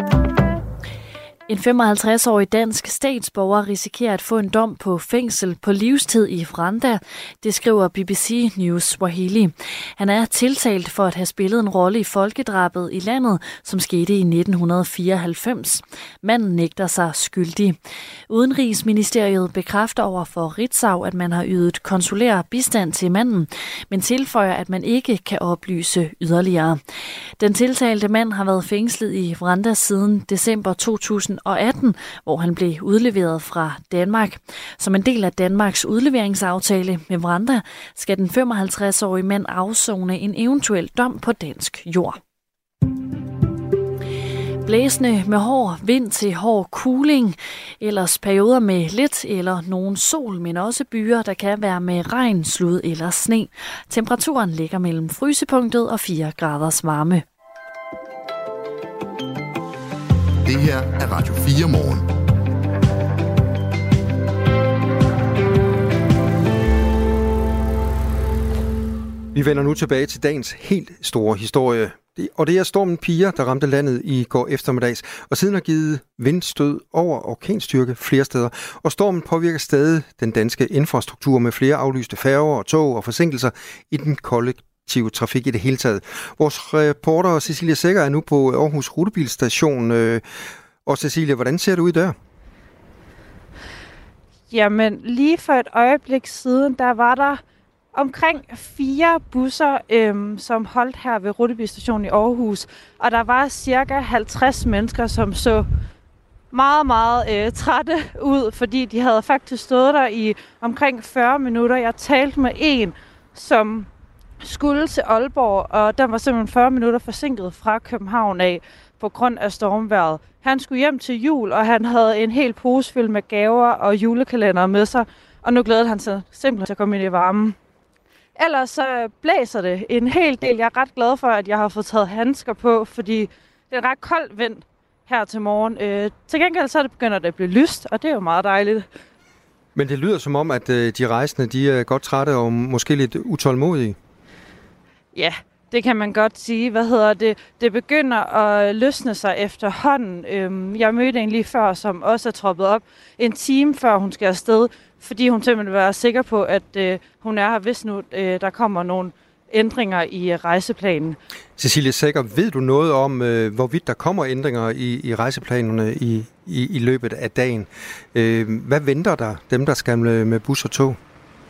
Speaker 9: En femoghalvtreds-årig dansk statsborger risikerer at få en dom på fængsel på livstid i Rwanda, det skriver B B C News Swahili. Han er tiltalt for at have spillet en rolle i folkedrabet i landet, som skete i nitten fireoghalvfems. Manden nægter sig skyldig. Udenrigsministeriet bekræfter over for Ritzau, at man har ydet konsulær bistand til manden, men tilføjer, at man ikke kan oplyse yderligere. Den tiltalte mand har været fængslet i Rwanda siden december to tusind og atten, hvor han blev udleveret fra Danmark. Som en del af Danmarks udleveringsaftale med Rwanda, skal den femoghalvtreds-årige mand afsone en eventuel dom på dansk jord. Blæsende med hård vind til hård kuling, ellers perioder med lidt eller nogen sol, men også byer, der kan være med regn, slud eller sne. Temperaturen ligger mellem frysepunktet og fire graders varme.
Speaker 2: Det her er Radio fire Morgen.
Speaker 3: Vi vender nu tilbage til dagens helt store historie. Og det er stormen Pia, der ramte landet i går eftermiddags, og siden har givet vindstød over orkanstyrke flere steder. Og stormen påvirker stadig den danske infrastruktur med flere aflyste færger og tog og forsinkelser i den kollektive trafik i det hele taget. Vores reporter Cecilia Sækker er nu på Aarhus Rutebilstation. Og Cecilia, hvordan ser det ud der?
Speaker 10: Jamen, lige for et øjeblik siden, der var der omkring fire busser, øhm, som holdt her ved Roteby Station i Aarhus. Og der var cirka halvtreds mennesker, som så meget, meget øh, trætte ud, fordi de havde faktisk stået der i omkring fyrre minutter. Jeg talte med en, som skulle til Aalborg, og den var simpelthen fyrre minutter forsinket fra København af på grund af stormvejret. Han skulle hjem til jul, og han havde en hel pose fyldt med gaver og julekalender med sig, og nu glædede han sig simpelthen til at komme ind i varmen. Ellers så blæser det en hel del. Jeg er ret glad for, at jeg har fået taget handsker på, fordi det er ret koldt vind her til morgen. Øh, til gengæld så er det begynder det at blive lyst, og det er jo meget dejligt.
Speaker 3: Men det lyder som om, at øh, de rejsende de er godt trætte og måske lidt utålmodige.
Speaker 10: Ja, det kan man godt sige. Hvad hedder det? Det begynder at løsne sig efterhånden. Øhm, jeg mødte en lige før, som også er troppet op en time før hun skal afsted, fordi hun simpelthen vil være sikker på, at øh, hun er her, hvis nu øh, der kommer nogle ændringer i øh, rejseplanen.
Speaker 3: Cecilie Sækker, ved du noget om, øh, hvorvidt der kommer ændringer i, i rejseplanerne i, i, i løbet af dagen? Øh, hvad venter der, dem der skal med, med bus og tog?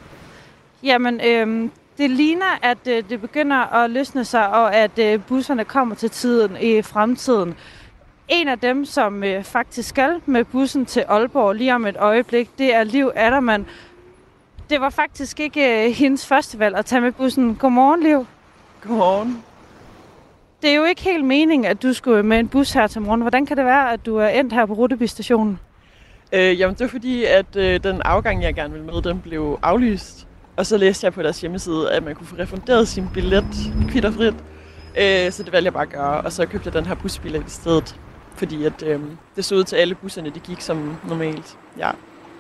Speaker 10: Jamen, øh, det ligner, at øh, det begynder at løsne sig, og at øh, busserne kommer til tiden i fremtiden. En af dem, som øh, faktisk skal med bussen til Aalborg lige om et øjeblik, det er Liv Attermann. Det var faktisk ikke øh, hendes første valg at tage med bussen. Godmorgen, Liv.
Speaker 11: Godmorgen.
Speaker 10: Det er jo ikke helt meningen, at du skulle med en bus her til morgen. Hvordan kan det være, at du er endt her på Roteby Stationen?
Speaker 11: Øh, jamen, det var fordi, at øh, den afgang, jeg gerne ville med, den blev aflyst. Og så læste jeg på deres hjemmeside, at man kunne få refunderet sin billet kvitterfrit. Øh, så det valgte jeg bare at gøre, og så købte jeg den her busbillet i stedet. Fordi at, øh, det så ud til alle busserne, det gik som normalt. Ja.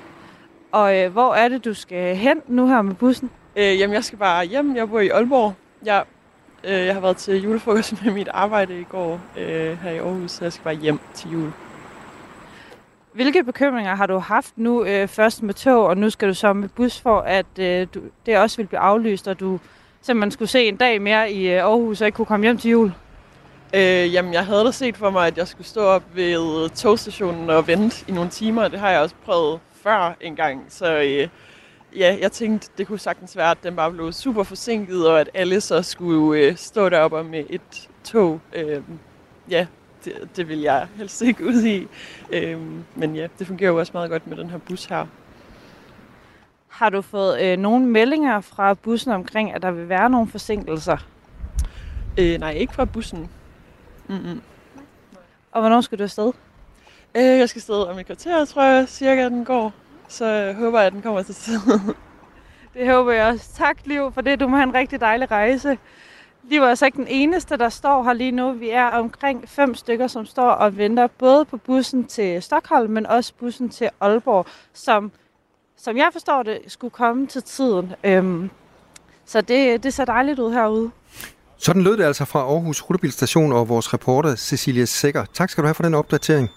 Speaker 10: Og øh, hvor er det, du skal hen nu her med bussen?
Speaker 11: Øh, jamen, jeg skal bare hjem. Jeg bor i Aalborg. Jeg, øh, jeg har været til julefrokost med mit arbejde i går øh, her i Aarhus, så jeg skal bare hjem til jul.
Speaker 10: Hvilke bekymringer har du haft nu øh, først med tog, og nu skal du så med bus for, at øh, du, det også vil blive aflyst, og du simpelthen skulle se en dag mere i øh, Aarhus og ikke kunne komme hjem til jul?
Speaker 11: Øh, jamen, jeg havde da set for mig, at jeg skulle stå op ved togstationen og vente i nogle timer. Det har jeg også prøvet før en gang, så øh, ja, jeg tænkte, det kunne sagtens være, at den bare blev super forsinket, og at alle så skulle øh, stå deroppe med et tog. Øh, ja, det, det vil jeg helst ikke ud i. Øh, men ja, det fungerer jo også meget godt med den her bus her.
Speaker 10: Har du fået øh, nogle meldinger fra bussen omkring, at der vil være nogle forsinkelser?
Speaker 11: Øh, nej, ikke fra bussen. Mm-mm.
Speaker 10: Og hvornår skal du afsted?
Speaker 11: Øh, jeg skal afsted om et kvarter, tror jeg, cirka den går. Så jeg håber, at den kommer til tid.
Speaker 10: Det håber jeg også. Tak, Liv, for det. Du må have en rigtig dejlig rejse. Liv er altså ikke den eneste, der står her lige nu. Vi er omkring fem stykker, som står og venter både på bussen til Stockholm, men også bussen til Aalborg, som, som jeg forstår det, skulle komme til tiden. Øhm, så det, det ser dejligt ud herude.
Speaker 3: Sådan lød det altså fra Aarhus Rutebil Station og vores reporter Cecilie Sækker. Tak skal du have for den opdatering.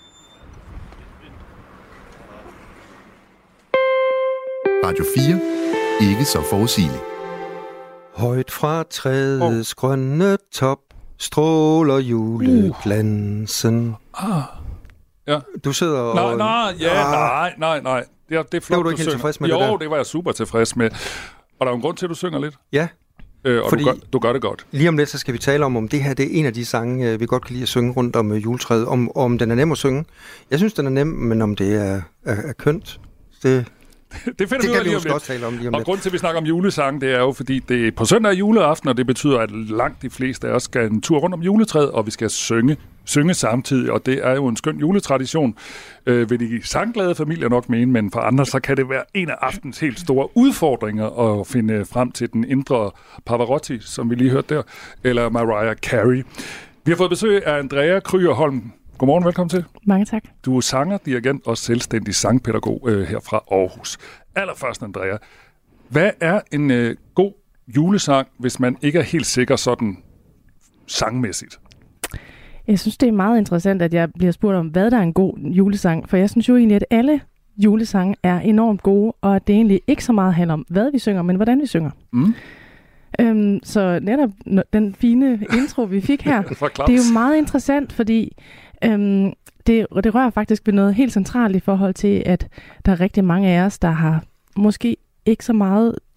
Speaker 2: Radio fire. Ikke så forudsigeligt.
Speaker 3: Højt fra træets oh. grønne top stråler juleglansen.
Speaker 4: Ah. Ja.
Speaker 3: Du sidder og...
Speaker 4: Nej, nej, ja, ah. nej, nej, nej. Det er, det er flot,
Speaker 3: det var du ikke helt
Speaker 4: synger.
Speaker 3: tilfreds med
Speaker 4: jo,
Speaker 3: det der?
Speaker 4: Jo, det var jeg super tilfreds med. Og der er jo en grund til, at du synger lidt.
Speaker 3: Ja.
Speaker 4: Øh, og Fordi, du, gør, du gør det godt.
Speaker 3: Lige om lidt, så skal vi tale om, om det her det er en af de sange, vi godt kan lide at synge rundt om juletræet. Om, om den er nem at synge. Jeg synes, den er nem, men om det er, er, er kønt, det...
Speaker 4: det finder
Speaker 3: det
Speaker 4: vi
Speaker 3: kan vi
Speaker 4: lige
Speaker 3: også godt tale om lige om
Speaker 4: og
Speaker 3: lidt.
Speaker 4: grund til, at vi snakker om julesange, det er jo, fordi det er på søndag juleaften, og det betyder, at langt de fleste af os skal en tur rundt om juletræet, og vi skal synge, synge samtidig, og det er jo en skøn juletradition, øh, vil de sangglade familier nok mene, men for andre, så kan det være en af aftens helt store udfordringer at finde frem til den indre Pavarotti, som vi lige hørte der, eller Mariah Carey. Vi har fået besøg af Andrea Kryger Holm. Godmorgen, velkommen til.
Speaker 12: Mange tak.
Speaker 4: Du er sanger, dirigent og selvstændig sangpædagog øh, her fra Aarhus. Allerførst, Andrea, hvad er en øh, god julesang, hvis man ikke er helt sikker sådan sangmæssigt?
Speaker 12: Jeg synes, det er meget interessant, at jeg bliver spurgt om, hvad der er en god julesang. For jeg synes jo egentlig, at alle julesange er enormt gode, og at det egentlig ikke så meget handler om, hvad vi synger, men hvordan vi synger.
Speaker 4: Mm.
Speaker 12: Øhm, så netop den fine intro, vi fik her, det er jo meget interessant, fordi øhm, det, det rører faktisk ved noget helt centralt i forhold til, at der er rigtig mange af os, der har måske ikke så meget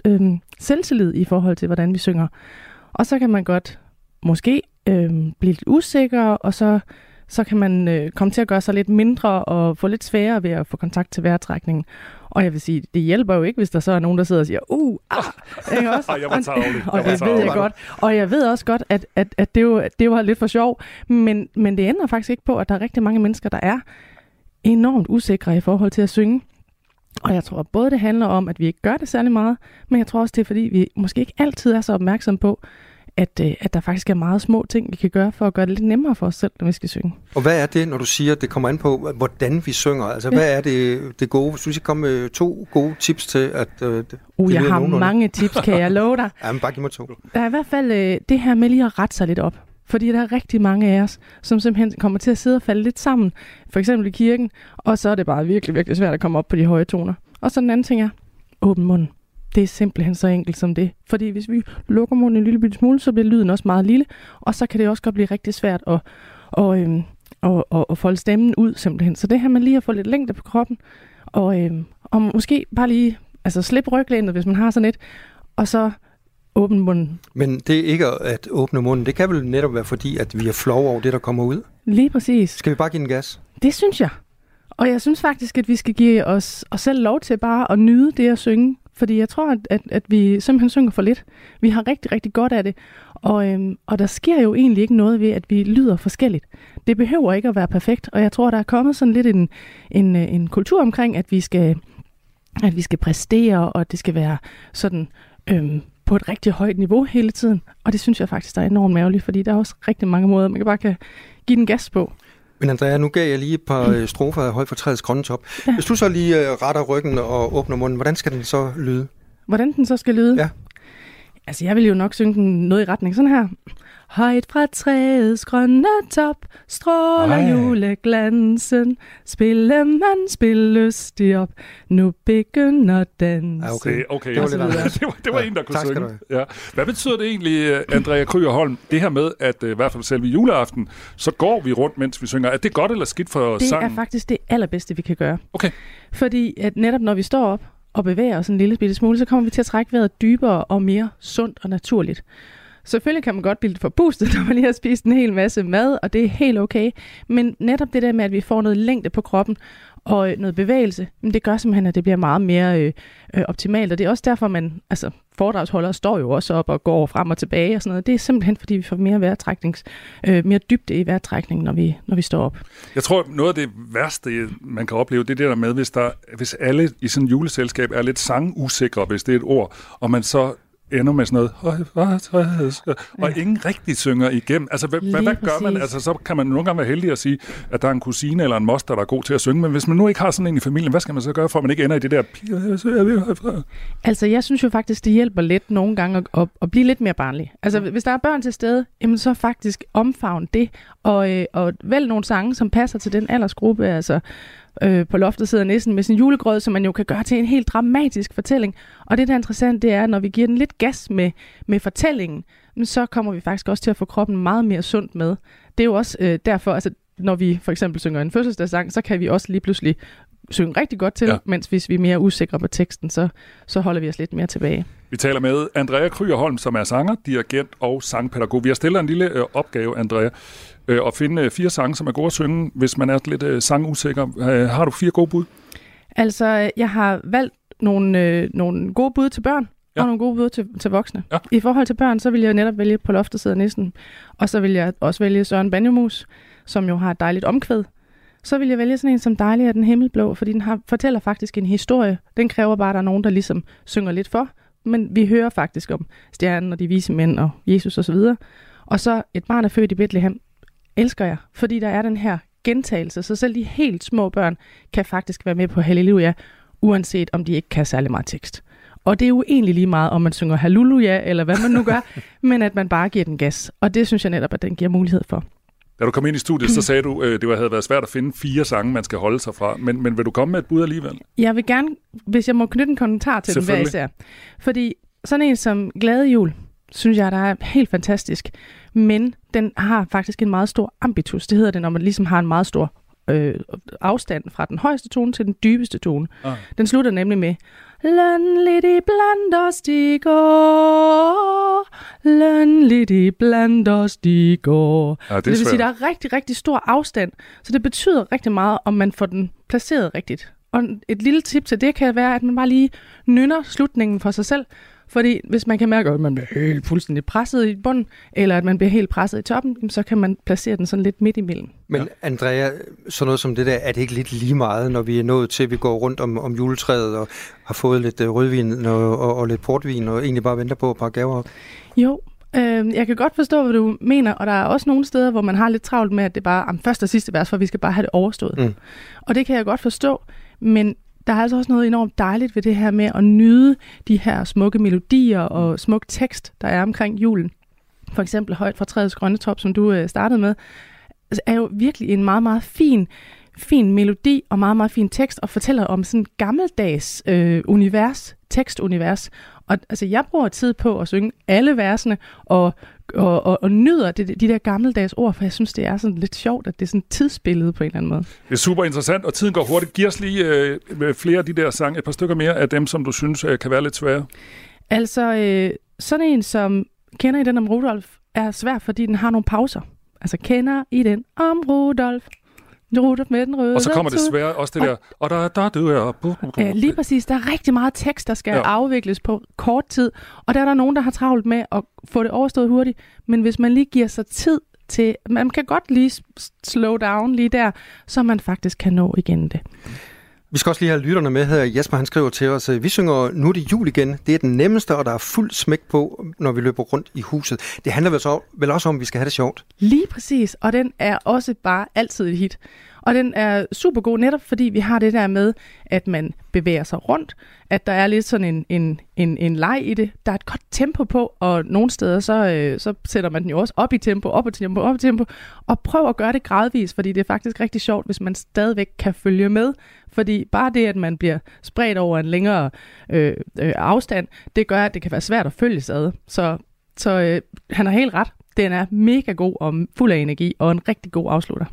Speaker 12: øh, selvtillid i forhold til, hvordan vi synger. Og så kan man godt måske øh, blive lidt usikker, og så, så kan man øh, komme til at gøre sig lidt mindre og få lidt sværere ved at få kontakt til vejrtrækningen. Og jeg vil sige, det hjælper jo ikke, hvis der så er nogen, der sidder og siger, uh, ah, ikke også?
Speaker 4: Ej, jeg var tarvelig.
Speaker 12: Og det ved jeg godt. Og jeg ved også godt, at, at, at det, jo, det var lidt for sjov, men, men det ændrer faktisk ikke på, at der er rigtig mange mennesker, der er enormt usikre i forhold til at synge. Og jeg tror både det handler om, at vi ikke gør det særlig meget, men jeg tror også, det er fordi, vi måske ikke altid er så opmærksomme på, at, at der faktisk er meget små ting, vi kan gøre for at gøre det lidt nemmere for os selv, når vi skal synge.
Speaker 3: Og hvad er det, når du siger, at det kommer an på, hvordan vi synger? Altså, ja. Hvad er det, det gode? Hvis du skal komme med to gode tips til, at uh, det,
Speaker 12: uh,
Speaker 3: det
Speaker 12: jeg har
Speaker 3: nogenlunde.
Speaker 12: mange tips, kan jeg love dig.
Speaker 3: Ja, men bare giv mig to.
Speaker 12: Der er i hvert fald uh, det her med lige at rette sig lidt op. Fordi der er rigtig mange af os, som simpelthen kommer til at sidde og falde lidt sammen. For eksempel i kirken, og så er det bare virkelig, virkelig svært at komme op på de høje toner. Og så den anden ting er, åbn munden. Det er simpelthen så enkelt som det. Fordi hvis vi lukker munden en lille bitte smule, så bliver lyden også meget lille. Og så kan det også godt blive rigtig svært at, og, øhm, og, og, og folde stemmen ud simpelthen. Så det her med lige at få lidt længde på kroppen. Og, øhm, og måske bare lige altså slippe ryglænet, hvis man har sådan et. Og så åbne munden.
Speaker 3: Men det er ikke at åbne munden. Det kan vel netop være fordi, at vi er flove over det, der kommer ud?
Speaker 12: Lige præcis.
Speaker 3: Skal vi bare give den gas?
Speaker 12: Det synes jeg. Og jeg synes faktisk, at vi skal give os, os selv lov til bare at nyde det at synge. Fordi jeg tror, at, at, at vi simpelthen synger for lidt. Vi har rigtig, rigtig godt af det. Og, øhm, og der sker jo egentlig ikke noget ved, at vi lyder forskelligt. Det behøver ikke at være perfekt. Og jeg tror, der er kommet sådan lidt en, en, en kultur omkring, at vi skal, at vi skal præstere, og at det skal være sådan øhm, på et rigtig højt niveau hele tiden. Og det synes jeg faktisk, der er enormt mærkeligt, fordi der er også rigtig mange måder, man kan bare kan give den gas på.
Speaker 3: Men Andrea, nu gav jeg lige et par mm. strofer af Høj for træets grønne top. Ja. Hvis du så lige uh, retter ryggen og åbner munden, hvordan skal den så lyde?
Speaker 12: Hvordan den så skal lyde?
Speaker 3: Ja.
Speaker 12: Altså, jeg vil jo nok synge den noget i retning sådan her. Højt fra træets grønne top, stråler Ej. juleglansen. Spille man, spille lystig op, nu begynder dansen.
Speaker 4: Ja, okay, okay.
Speaker 3: Det var,
Speaker 4: det var, det var, det var ja, en, der kunne
Speaker 3: tak,
Speaker 4: synge. Ja. Hvad betyder det egentlig, Andrea Kryger Holm, det her med, at i hvert fald selv i juleaften, så går vi rundt, mens vi synger. Er det godt eller skidt for
Speaker 12: det
Speaker 4: sangen?
Speaker 12: Det er faktisk det allerbedste, vi kan gøre.
Speaker 4: Okay.
Speaker 12: Fordi at netop når vi står op og bevæger os en lille bitte smule, så kommer vi til at trække vejret dybere og mere sundt og naturligt. Selvfølgelig kan man godt blive lidt forpustet, når man lige har spist en hel masse mad, og det er helt okay. Men netop det der med, at vi får noget længde på kroppen og noget bevægelse, det gør simpelthen, at det bliver meget mere øh, øh, optimalt. Og det er også derfor, man, altså foredragsholdere står jo også op og går frem og tilbage og sådan noget. Det er simpelthen, fordi vi får mere vejrtræknings, øh, mere dybde i vejrtrækningen, når vi, når vi står op.
Speaker 4: Jeg tror, noget af det værste, man kan opleve, det er det der med, hvis, der, hvis alle i sådan et juleselskab er lidt sangusikre, hvis det er et ord, og man så ender med sådan noget, og ingen rigtig synger igennem. Altså, hvad, hvad, hvad gør man? Altså, så kan man nogle gange være heldig at sige, at der er en kusine eller en moster, der er god til at synge, men hvis man nu ikke har sådan en i familien, hvad skal man så gøre, for at man ikke ender i det der...
Speaker 12: Altså, jeg synes jo faktisk, det hjælper lidt nogle gange at, at, at blive lidt mere barnlig. Altså, hvis der er børn til stede, jamen så faktisk omfavn det, og, øh, og vælg nogle sange, som passer til den aldersgruppe, altså Øh, på loftet sidder næsten med sin julegrød, som man jo kan gøre til en helt dramatisk fortælling. Og det, der er interessant, det er, når vi giver den lidt gas med, med fortællingen, så kommer vi faktisk også til at få kroppen meget mere sundt med. Det er jo også øh, derfor, altså når vi for eksempel synger en fødselsdagssang, så kan vi også lige pludselig synge rigtig godt til, ja. Mens hvis vi er mere usikre på teksten, så, så holder vi os lidt mere tilbage.
Speaker 4: Vi taler med Andrea Kryger Holm, som er sanger, dirigent og sangpædagog. Vi har stillet en lille øh, opgave, Andrea, øh, at finde øh, fire sange, som er gode at synge, hvis man er lidt øh, sangusikker. Øh, har du fire gode bud?
Speaker 12: Altså, jeg har valgt nogle, øh, nogle gode bud til børn, ja. Og nogle gode bud til, til voksne. Ja. I forhold til børn, så vil jeg netop vælge På loftet sidder næsten, og så vil jeg også vælge Søren Banjomus, som jo har et dejligt omkvæd. Så vil jeg vælge sådan en som Dejlig er den himmelblå, fordi den har, fortæller faktisk en historie. Den kræver bare, at der er nogen, der ligesom synger lidt for. Men vi hører faktisk om stjernen og de vise mænd og Jesus osv. Og, og så Et barn er født i Bethlehem elsker jeg, fordi der er den her gentagelse. Så selv de helt små børn kan faktisk være med på Halleluja, uanset om de ikke kan særlig meget tekst. Og det er jo egentlig lige meget, om man synger Halleluja, eller hvad man nu gør, men at man bare giver den gas. Og det synes jeg netop, at den giver mulighed for.
Speaker 4: Da du kom ind i studiet, så sagde du, at det havde været svært at finde fire sange, man skal holde sig fra. Men, men vil du komme med et bud alligevel? Jeg vil gerne, hvis jeg må knytte en kommentar til den hver især. Fordi sådan en som Glade Jul, synes jeg, der er helt fantastisk. Men den har faktisk en meget stor ambitus. Det hedder det, når man ligesom har en meget stor
Speaker 12: øh, afstand fra den højeste tone til den dybeste tone.
Speaker 4: Ah.
Speaker 12: Den slutter nemlig med lønligt iblandt os de går, lønligt iblandt os de går.
Speaker 4: Ja, det,
Speaker 12: det vil sige, at der er rigtig, rigtig stor afstand, så det betyder rigtig meget, om man får den placeret rigtigt. Og et lille tip til det kan være, at man bare lige nynner slutningen for sig selv. Fordi hvis man kan mærke, at man bliver helt fuldstændig presset i bunden, eller at man bliver helt presset i toppen, så kan man placere den sådan lidt midt imellem.
Speaker 3: Men ja. Andrea, sådan noget som det der, er det ikke lidt lige meget, når vi er nået til, at vi går rundt om, om juletræet og har fået lidt rødvin og, og, og lidt portvin, og egentlig bare venter på et par gaver op?
Speaker 12: Jo, øh, jeg kan godt forstå, hvad du mener, og der er også nogle steder, hvor man har lidt travlt med, at det bare er første og sidste vers, for vi skal bare have det overstået. Mm. Og det kan jeg godt forstå, men der er altså også noget enormt dejligt ved det her med at nyde de her smukke melodier og smuk tekst, der er omkring julen. For eksempel Højt fra træets grønne top, som du øh, startede med, er jo virkelig en meget, meget fin, fin melodi og meget, meget fin tekst, og fortæller om sådan en gammeldags øh, univers, tekstunivers. Og altså, jeg bruger tid på at synge alle versene og, og, og, og nyder de, de der gammeldags ord, for jeg synes, det er sådan lidt sjovt, at det er sådan et tidsbillede på en eller anden måde.
Speaker 4: Det er super interessant, og tiden går hurtigt. Giv os lige øh, flere af de der sange, et par stykker mere af dem, som du synes øh, kan være lidt svære.
Speaker 12: Altså, øh, sådan en, som Kender I den om Rudolf, er svær, fordi den har nogle pauser. Altså, Kender I den om Rudolf? Rudolf med den røde.
Speaker 4: Og så kommer det svære også det der, og der, der dør jeg.
Speaker 12: Ja, lige præcis. Der er rigtig meget tekst, der skal ja. afvikles på kort tid, og der er der nogen, der har travlt med at få det overstået hurtigt, men hvis man lige giver sig tid til, man kan godt lige slow down lige der, så man faktisk kan nå igen det.
Speaker 3: Vi skal også lige have lytterne med her. Jesper, han skriver til os, vi synger Nu er det jul igen. Det er den nemmeste, og der er fuld smæk på, når vi løber rundt i huset. Det handler vel, så, vel også om, at vi skal have det sjovt.
Speaker 12: Lige præcis, og den er også bare altid et hit. Og den er super god netop, fordi vi har det der med, at man bevæger sig rundt, at der er lidt sådan en, en, en, en leg i det. Der er et godt tempo på, og nogle steder så, øh, så sætter man den jo også op i tempo, op i tempo, op i tempo, og prøv at gøre det gradvis, fordi det er faktisk rigtig sjovt, hvis man stadigvæk kan følge med. Fordi bare det, at man bliver spredt over en længere øh, øh, afstand, det gør, at det kan være svært at følge sig ad. Så, så øh, han har helt ret. Den er mega god og fuld af energi, og en rigtig god afslutter.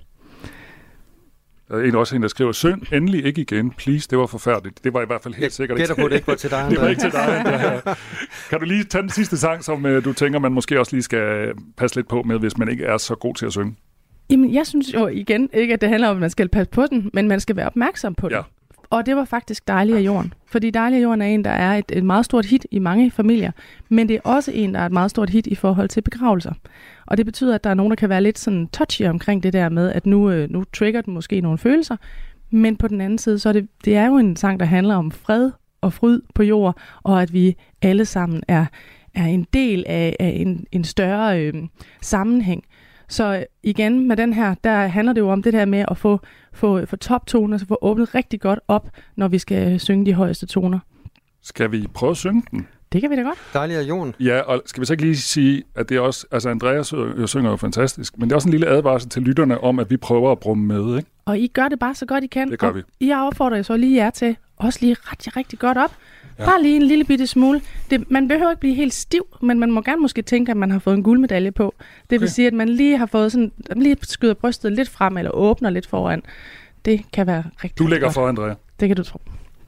Speaker 4: Der er en også en, der skriver, syng endelig ikke igen, please. Det var forfærdeligt. Det var i hvert fald helt
Speaker 3: jeg
Speaker 4: sikkert
Speaker 3: ikke. Gætter på, det ikke var til dig.
Speaker 4: Det var ikke til dig. Kan du lige tage den sidste sang, som uh, du tænker, man måske også lige skal passe lidt på med, hvis man ikke er så god til at synge?
Speaker 12: Jamen, jeg synes jo igen ikke, at det handler om, at man skal passe på den, men man skal være opmærksom på den. Ja. Og det var faktisk Dejlig af jorden. Fordi Dejlig af jorden er en, der er et, et meget stort hit i mange familier, men det er også en, der er et meget stort hit i forhold til begravelser. Og det betyder, at der er nogen, der kan være lidt sådan touchy omkring det der med, at nu, øh, nu trigger den måske nogle følelser, men på den anden side, så er det, det er jo en sang, der handler om fred og fryd på jord, og at vi alle sammen er, er en del af, af en, en større øh, sammenhæng. Så igen, med den her, der handler det jo om det der med at få, få, få toptoner, så få åbnet rigtig godt op, når vi skal synge de højeste toner.
Speaker 4: Skal vi prøve at synge den?
Speaker 12: Det kan vi da godt.
Speaker 3: Dejlig af jorden.
Speaker 4: Ja, og skal vi så ikke lige sige, at det er også, altså Andreas synger jo fantastisk, men det er også en lille advarsel til lytterne om, at vi prøver at brumme med, ikke?
Speaker 12: Og I gør det bare så godt I kan.
Speaker 4: Det gør
Speaker 12: og
Speaker 4: vi.
Speaker 12: I opfordrer jo så lige jer til også lige rigtig, rigtig godt op. Ja. Bare lige en lille bitte smule. Det, man behøver ikke blive helt stiv, men man må gerne måske tænke, at man har fået en guldmedalje på. Det vil okay. sige, at man lige har fået sådan, lige skyder brystet lidt frem, eller åbner lidt foran. Det kan være rigtig
Speaker 4: Du lægger
Speaker 12: godt.
Speaker 4: for, Andrea.
Speaker 12: Det kan du tro.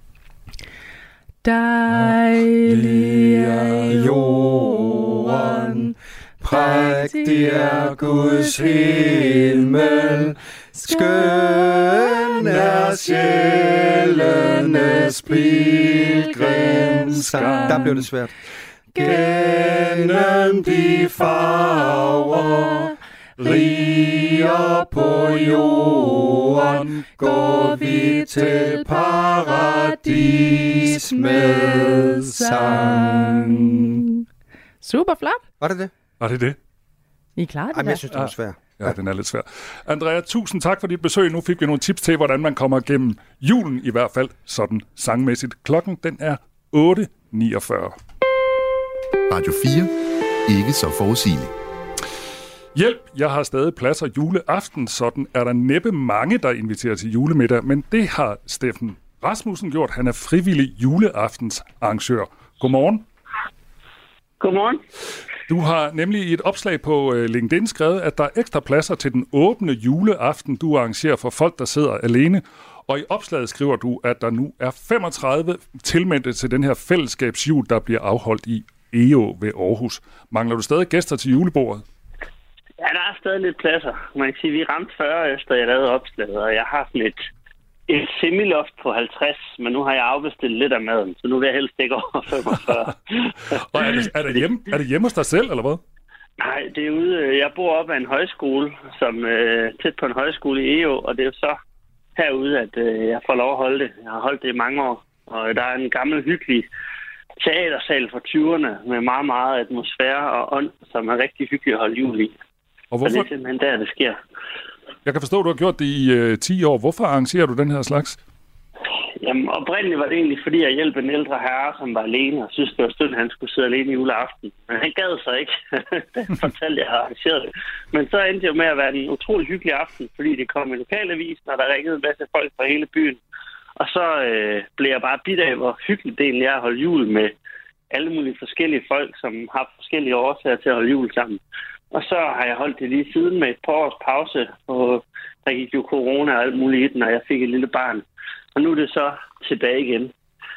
Speaker 12: Dejlig er jorden, prægtig er Guds himmel, skøn er sjælenes pilgrimsgang.
Speaker 3: Der blev det svært.
Speaker 12: Gennem de farver, riger på jorden, går vi til paradis med sang. Super flot.
Speaker 3: Var det det?
Speaker 4: Var det det?
Speaker 12: I klarede det.
Speaker 3: Jamen, jeg synes, det var svært.
Speaker 4: Ja, den er lidt svær. Andrea, tusind tak for dit besøg. Nu fik vi nogle tips til, hvordan man kommer gennem julen, i hvert fald sådan sangmæssigt. Klokken, den er otte niogfyrre.
Speaker 2: Radio fire. Ikke så forudsigeligt.
Speaker 4: Hjælp, jeg har stadig pladser juleaften, sådan er der næppe mange, der inviterer til julemiddag, men det har Steffen Rasmussen gjort. Han er frivillig juleaftens arrangør. Godmorgen.
Speaker 13: Godmorgen.
Speaker 4: Du har nemlig i et opslag på LinkedIn skrevet, at der er ekstra pladser til den åbne juleaften, du arrangerer for folk, der sidder alene. Og i opslaget skriver du, at der nu er femogtredive tilmeldte til den her fællesskabsjul, der bliver afholdt i E O ved Aarhus. Mangler du stadig gæster til julebordet?
Speaker 13: Ja, der er stadig lidt pladser. Man kan sige, at vi ramte fyrre efter jeg lavede opslaget, og jeg har sådan et, et semiloft på halvtreds, men nu har jeg afbestilt lidt af maden, så nu vil jeg helst ikke over femogfyrre.
Speaker 4: Og er det, er, det hjemme, er det hjemme hos dig selv, eller hvad?
Speaker 13: Nej, det er ude. Jeg bor op ad en højskole, som øh, tæt på en højskole i E O, og det er jo så herude, at øh, jeg får lov at holde det. Jeg har holdt det i mange år, og der er en gammel, hyggelig teatersal fra tyverne med meget, meget atmosfære og ånd, som er rigtig hyggelig at holde jul i.
Speaker 4: Og hvorfor?
Speaker 13: Så det er simpelthen der, det sker.
Speaker 4: Jeg kan forstå, at du har gjort det i øh, ti år. Hvorfor arrangerer du den her slags?
Speaker 13: Jamen, oprindeligt var det egentlig, fordi jeg hjalp en ældre herre, som var alene, og synes, det var stund, at han skulle sidde alene i juleaften. Men han gad sig ikke. Det fortalte jeg, har arrangeret det. Men så endte det jo med at være en utrolig hyggelig aften, fordi det kom i lokalavisen, og der ringede en masse folk fra hele byen. Og så øh, blev jeg bare bidt af, hvor hyggelig delen er at holde jul med alle mulige forskellige folk, som har forskellige årsager til at holde jul sammen. Og så har jeg holdt det lige siden med et par års pause, og der gik jo corona og alt muligt i den, og jeg fik et lille barn. Og nu er det så tilbage igen.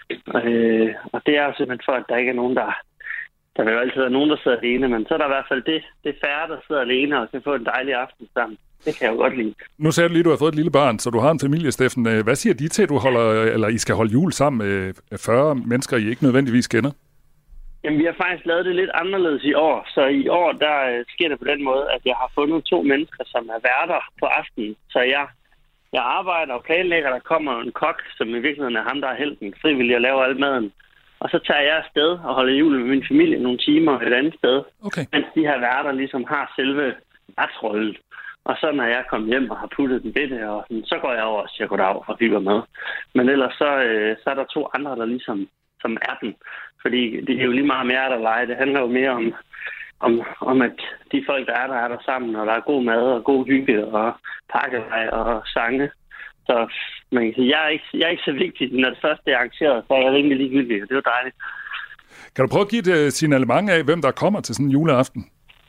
Speaker 13: Øh, og det er jo simpelthen for, at der ikke er nogen, der... Der vil jo altid være nogen, der sidder alene, men så er der i hvert fald det, det færre, der sidder alene og kan få en dejlig aften sammen. Det kan jeg jo godt lide.
Speaker 4: Nu sagde du lige, at du har fået et lille barn, så du har en familie, Steffen. Hvad siger de til, at du holder, eller I skal holde jul sammen med fyrre mennesker, I ikke nødvendigvis kender?
Speaker 13: Jamen, vi har faktisk lavet det lidt anderledes i år. Så i år, der sker det på den måde, at jeg har fundet to mennesker, som er værter på aftenen. Så jeg, jeg arbejder og planlægger, der kommer en kok, som i virkeligheden er ham, der er helten, frivillig at lave al maden. Og så tager jeg afsted og holder jul med min familie nogle timer et andet sted.
Speaker 4: Okay.
Speaker 13: Mens de her værter ligesom har selve værtsrollen. Og så når jeg kommer hjem og har puttet den ved det, og sådan, så går jeg over og siger goddag og hygger med. Men ellers så, øh, så er der to andre, der ligesom som er den. Fordi det er jo lige meget mere der lege. Det handler jo mere om, om, om, at de folk, der er der, er der sammen, og der er god mad og god hygge og pakkelej og sange. Så man kan sige, jeg er ikke, jeg er ikke så vigtig, når det første er arrangeret, så er jeg rimelig ligegyldig, og det er jo dejligt.
Speaker 4: Kan du prøve at give et signalement af, hvem der kommer til sådan en juleaften?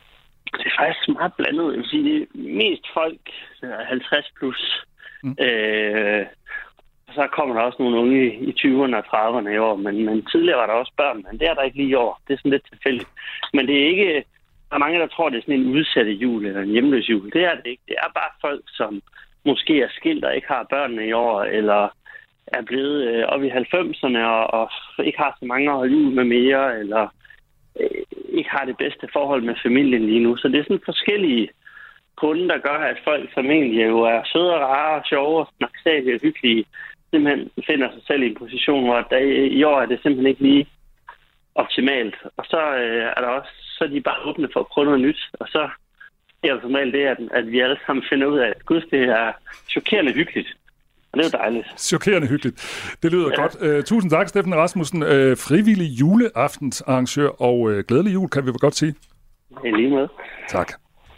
Speaker 13: Det er faktisk meget blandet. Jeg vil sige, det er mest folk, halvtreds plus. Mm. Øh, så kommer der også nogle unge i tyverne og trediverne i år, men, men tidligere var der også børn, men det er der ikke lige i år. Det er sådan lidt tilfældigt. Men det er ikke... Der er mange, der tror, det er sådan en udsatte jul eller en hjemløs jul. Det er det ikke. Det er bare folk, som måske er skilt og ikke har børnene i år, eller er blevet øh, op i halvfemserne og, og ikke har så mange at holde jul med mere, eller øh, ikke har det bedste forhold med familien lige nu. Så det er sådan forskellige grunde, der gør, at folk, som egentlig jo er søde og rare og sjove og snaksalige og hyggelige, simpelthen finder sig selv i en position, hvor der, i år er det simpelthen ikke lige optimalt. Og så øh, er der også, så er de bare åbne for at prøve noget nyt, og så det er jo normalt det, at, at vi alle sammen finder ud af, at gud, det er chokerende hyggeligt. Og det er jo dejligt.
Speaker 4: Chokerende hyggeligt. Det lyder ja. godt. Uh, tusind tak, Steffen Rasmussen, uh, frivillig juleaftensarrangør, og uh, glædelig jul, kan vi vel godt sige.
Speaker 13: I lige med.
Speaker 4: Tak.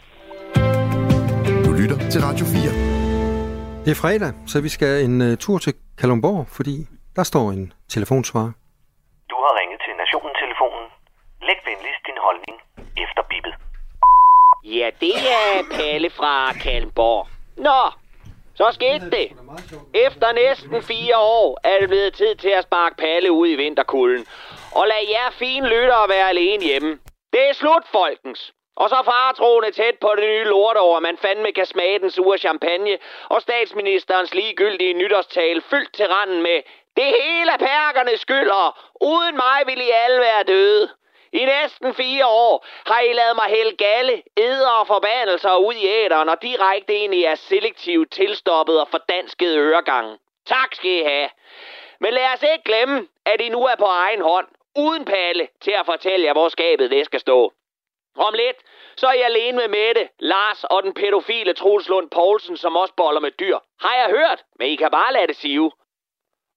Speaker 2: Du lytter til Radio fire.
Speaker 3: Det er fredag, så vi skal en uh, tur til Kalundborg, fordi der står en telefonsvarer.
Speaker 14: Du har ringet til Nationen-telefonen. Læg venligst din holdning efter bippet.
Speaker 15: Ja, det er Palle fra Kalundborg. Nå, så skete det. Efter næsten fire år er det blevet tid til at sparke Palle ud i vinterkulden. Og lad jer fine lyttere være alene hjemme. Det er slut, folkens. Og så faretroende tæt på det nye lortår, man fandme kan smage den sure champagne, og statsministerens ligegyldige nytårstale fyldt til randen med det hele er perkernes skyld, og uden mig vil I alle være døde. I næsten fire år har I ladet mig hælde galle, eder og forbandelser ud i æteren og direkte ind i jeres selektivt tilstoppet og fordanskede øregange. Tak skal I have. Men lad os ikke glemme, at I nu er på egen hånd, uden Palle, til at fortælle jer, hvor skabet det skal stå. Om lidt, så er I alene med Mette, Lars og den pædofile Troels Lund Poulsen, som også boller med dyr. Har jeg hørt, men I kan bare lade det sive.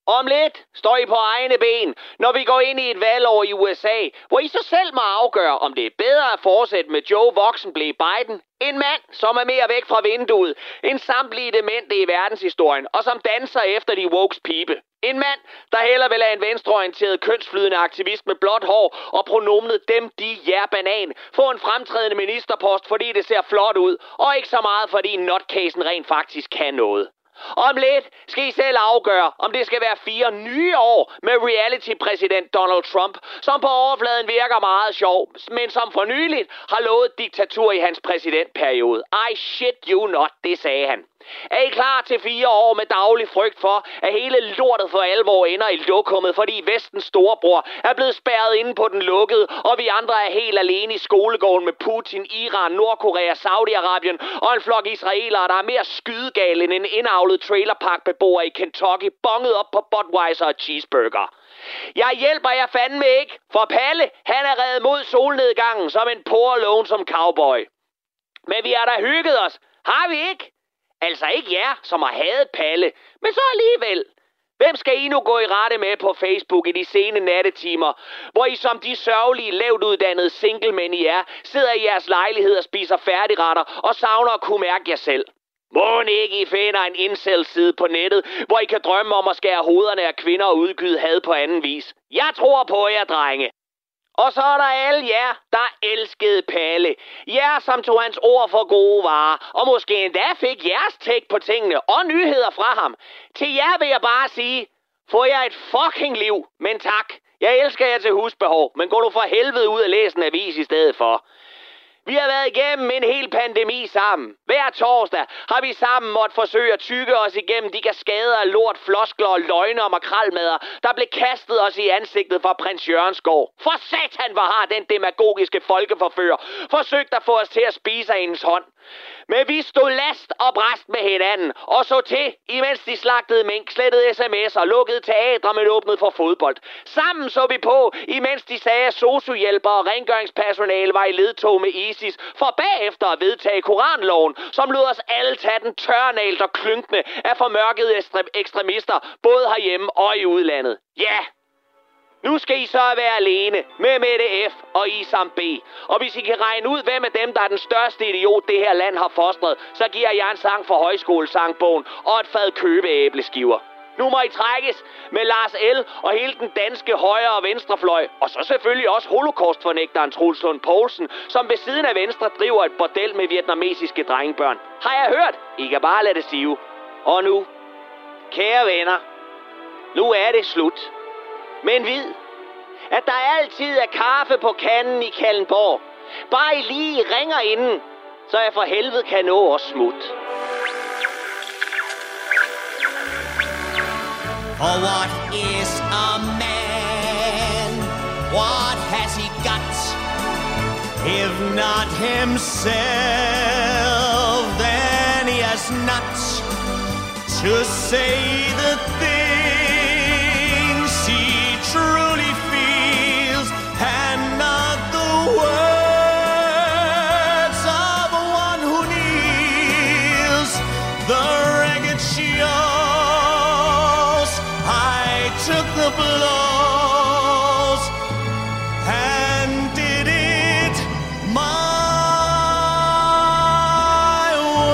Speaker 15: Om lidt står I på egne ben, når vi går ind i et valgår i U S A, hvor I så selv må afgøre, om det er bedre at fortsætte med Joe Voksenblæ Biden, en mand, som er mere væk fra vinduet, end samtlige demente i verdenshistorien, og som danser efter de wokes pibe. En mand, der heller vil have en venstreorienteret kønsflydende aktivist med blåt hår og pronomenet dem, de, jer, banan, få en fremtrædende ministerpost, fordi det ser flot ud, og ikke så meget, fordi nutcasen rent faktisk kan noget. Om lidt skal I selv afgøre, om det skal være fire nye år med reality-præsident Donald Trump, som på overfladen virker meget sjov, men som for nyligt har lovet diktatur i hans præsidentperiode. I shit you not, det sagde han. Er I klar til fire år med daglig frygt for, at hele lortet for alvor ender i lokummet, fordi Vestens storebror er blevet spærret inde på den lukkede, og vi andre er helt alene i skolegården med Putin, Iran, Nordkorea, Saudi-Arabien og en flok israelere, der er mere skydegale end en indavlet trailerparkbeboer i Kentucky, bonget op på Budweiser og cheeseburger. Jeg hjælper jer fandme ikke, for Palle, han er reddet mod solnedgangen som en poor lonesome cowboy. Men vi har da hygget os, har vi ikke? Altså ikke jer, som har hadet Palle, men så alligevel. Hvem skal I nu gå i rette med på Facebook i de sene nattetimer, hvor I som de sørgelige, lavt uddannede singlemænd I er, sidder i jeres lejlighed og spiser færdigretter og savner at kunne mærke jer selv? Må ikke I finder en incel-side på nettet, hvor I kan drømme om at skære hovederne af kvinder og udgyde had på anden vis? Jeg tror på jer, drenge. Og så er der alle jer, der elskede Palle. Jer, som tog hans ord for gode varer, og måske endda fik jeres take på tingene og nyheder fra ham. Til jer vil jeg bare sige, få jer et fucking liv, men tak. Jeg elsker jer til husbehov, men gå nu for helvede ud og læs en avis i stedet for. Vi har været igennem en hel pandemi sammen. Hver torsdag har vi sammen måttet forsøge at tygge os igennem de kaskader af lort, floskler og løgne og makrelmadder, der blev kastet os i ansigtet fra prins Jørgenskov. For satan, hvor har den demagogiske folkeforfører forsøgt at få os til at spise af hendes hånd. Men vi stod last og bræst med hinanden og så til, imens de slagtede mink, slettede sms'er, lukkede teatre, men åbnede for fodbold. Sammen så vi på, imens de sagde, at sosuhjælpere og rengøringspersonale var i ledtog med ISIS, for bagefter at vedtage koranloven, som lod os alle tage den tørnalt og klynkende af formørkede ekstremister, både herhjemme og i udlandet. Ja! Yeah. Nu skal I så være alene med Mette F. og Isam B. Og hvis I kan regne ud, hvem af dem, der er den største idiot, det her land har fostret, så giver jeg en sang for højskolesangbogen og et fad købeæbleskiver. Nu må I trækkes med Lars L. og hele den danske højre- og venstrefløj. Og så selvfølgelig også holocaustfornægteren Troels Lund Poulsen, som ved siden af Venstre driver et bordel med vietnamesiske drengebørn. Har jeg hørt? I kan bare lade det sive. Og nu, kære venner, nu er det slut. Men vid, at der altid er kaffe på kanden i Kalundborg. Bare I lige ringer inden, så jeg for helvede kan nå at smutte.
Speaker 16: For what is a man? What has he got? If not himself, then he has not to say the things he truly feels, and not the words of one who kneels. The ragged shields, I took the blows and did it my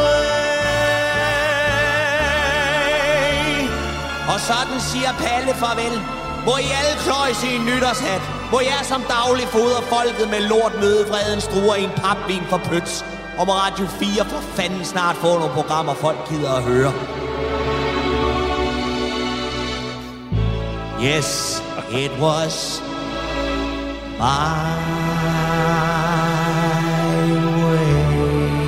Speaker 16: way. Og sådan siger Palle farvel. Hvor I alle kløjs i en nytårshat. Hvor jeg som daglig foder folket med lort møde vreden struer i en papvin for pøts. Og må Radio fire for fanden snart få nogle programmer, folk gider at høre. Yes, it was my way.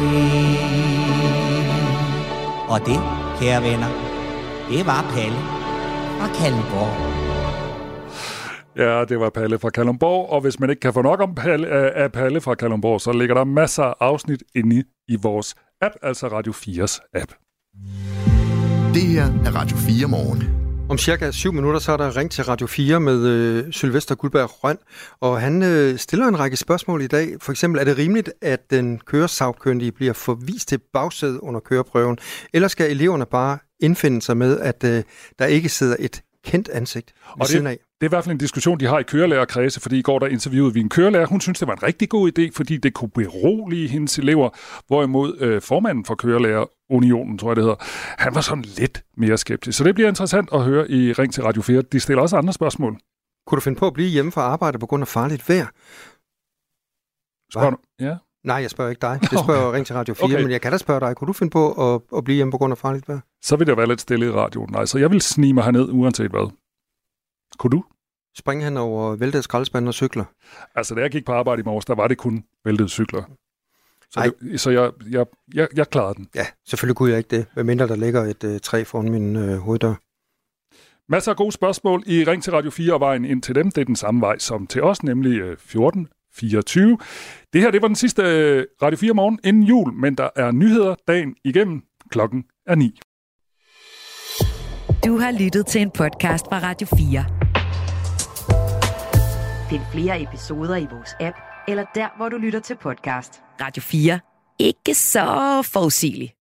Speaker 16: Og det, kære venner, det var Palle fra Kalundborg.
Speaker 4: Ja, det var Palle fra Kalundborg, og hvis man ikke kan få nok om Palle, af Palle fra Kalundborg, så ligger der masser af afsnit inde i vores app, altså Radio fires app.
Speaker 2: Det her er Radio fire morgen.
Speaker 3: Om cirka syv minutter, så er der ring til Radio fire med øh, Sylvester Guldberg Røn, og han øh, stiller en række spørgsmål i dag. For eksempel, er det rimeligt, at den køresagkyndige bliver forvist til bagsædet under køreprøven, eller skal eleverne bare indfinde sig med, at øh, der ikke sidder et kendt ansigt ved
Speaker 4: og
Speaker 3: siden
Speaker 4: det,
Speaker 3: af.
Speaker 4: det er i hvert fald en diskussion, de har i kørelærerkredse, fordi i går der interviewede vi en kørelærer. Hun synes, det var en rigtig god idé, fordi det kunne berolige hendes elever, hvorimod øh, formanden for Kørelærerunionen, tror jeg det hedder, han var sådan lidt mere skeptisk. Så det bliver interessant at høre i Ring til Radio fire. De stiller også andre spørgsmål.
Speaker 3: Kunne du finde på at blive hjemme fra arbejde på grund af farligt vejr?
Speaker 4: Spørger du? Ja.
Speaker 3: Nej, jeg spørger ikke dig. Det spørger okay. Ring til Radio fire, okay. Men jeg kan da spørge dig. Kunne du finde på at, at blive hjemme på grund af farligt vejr?
Speaker 4: Så vil det være lidt stille i radioen. Nej, så jeg vil snige mig herned, uanset hvad. Kunne du?
Speaker 3: Springe hen over væltede skraldespande og cykler?
Speaker 4: Altså, da jeg gik på arbejde i morges, der var det kun væltede cykler. Så, det, så jeg, jeg, jeg, jeg klarede den.
Speaker 3: Ja, selvfølgelig kunne jeg ikke det, medmindre der ligger et uh, træ foran min uh, hoveddør.
Speaker 4: Masser af gode spørgsmål i Ring til Radio fire, og vejen ind til dem, det er den samme vej som til os, nemlig uh, fjorten fireogtyve. Det her, det var den sidste uh, Radio fire morgen inden jul, men der er nyheder dagen igennem. Klokken er ni.
Speaker 17: Du har lyttet til en podcast fra Radio fire. Find flere episoder i vores app, eller der, hvor du lytter til podcast. Radio fire. Ikke så forudsigeligt.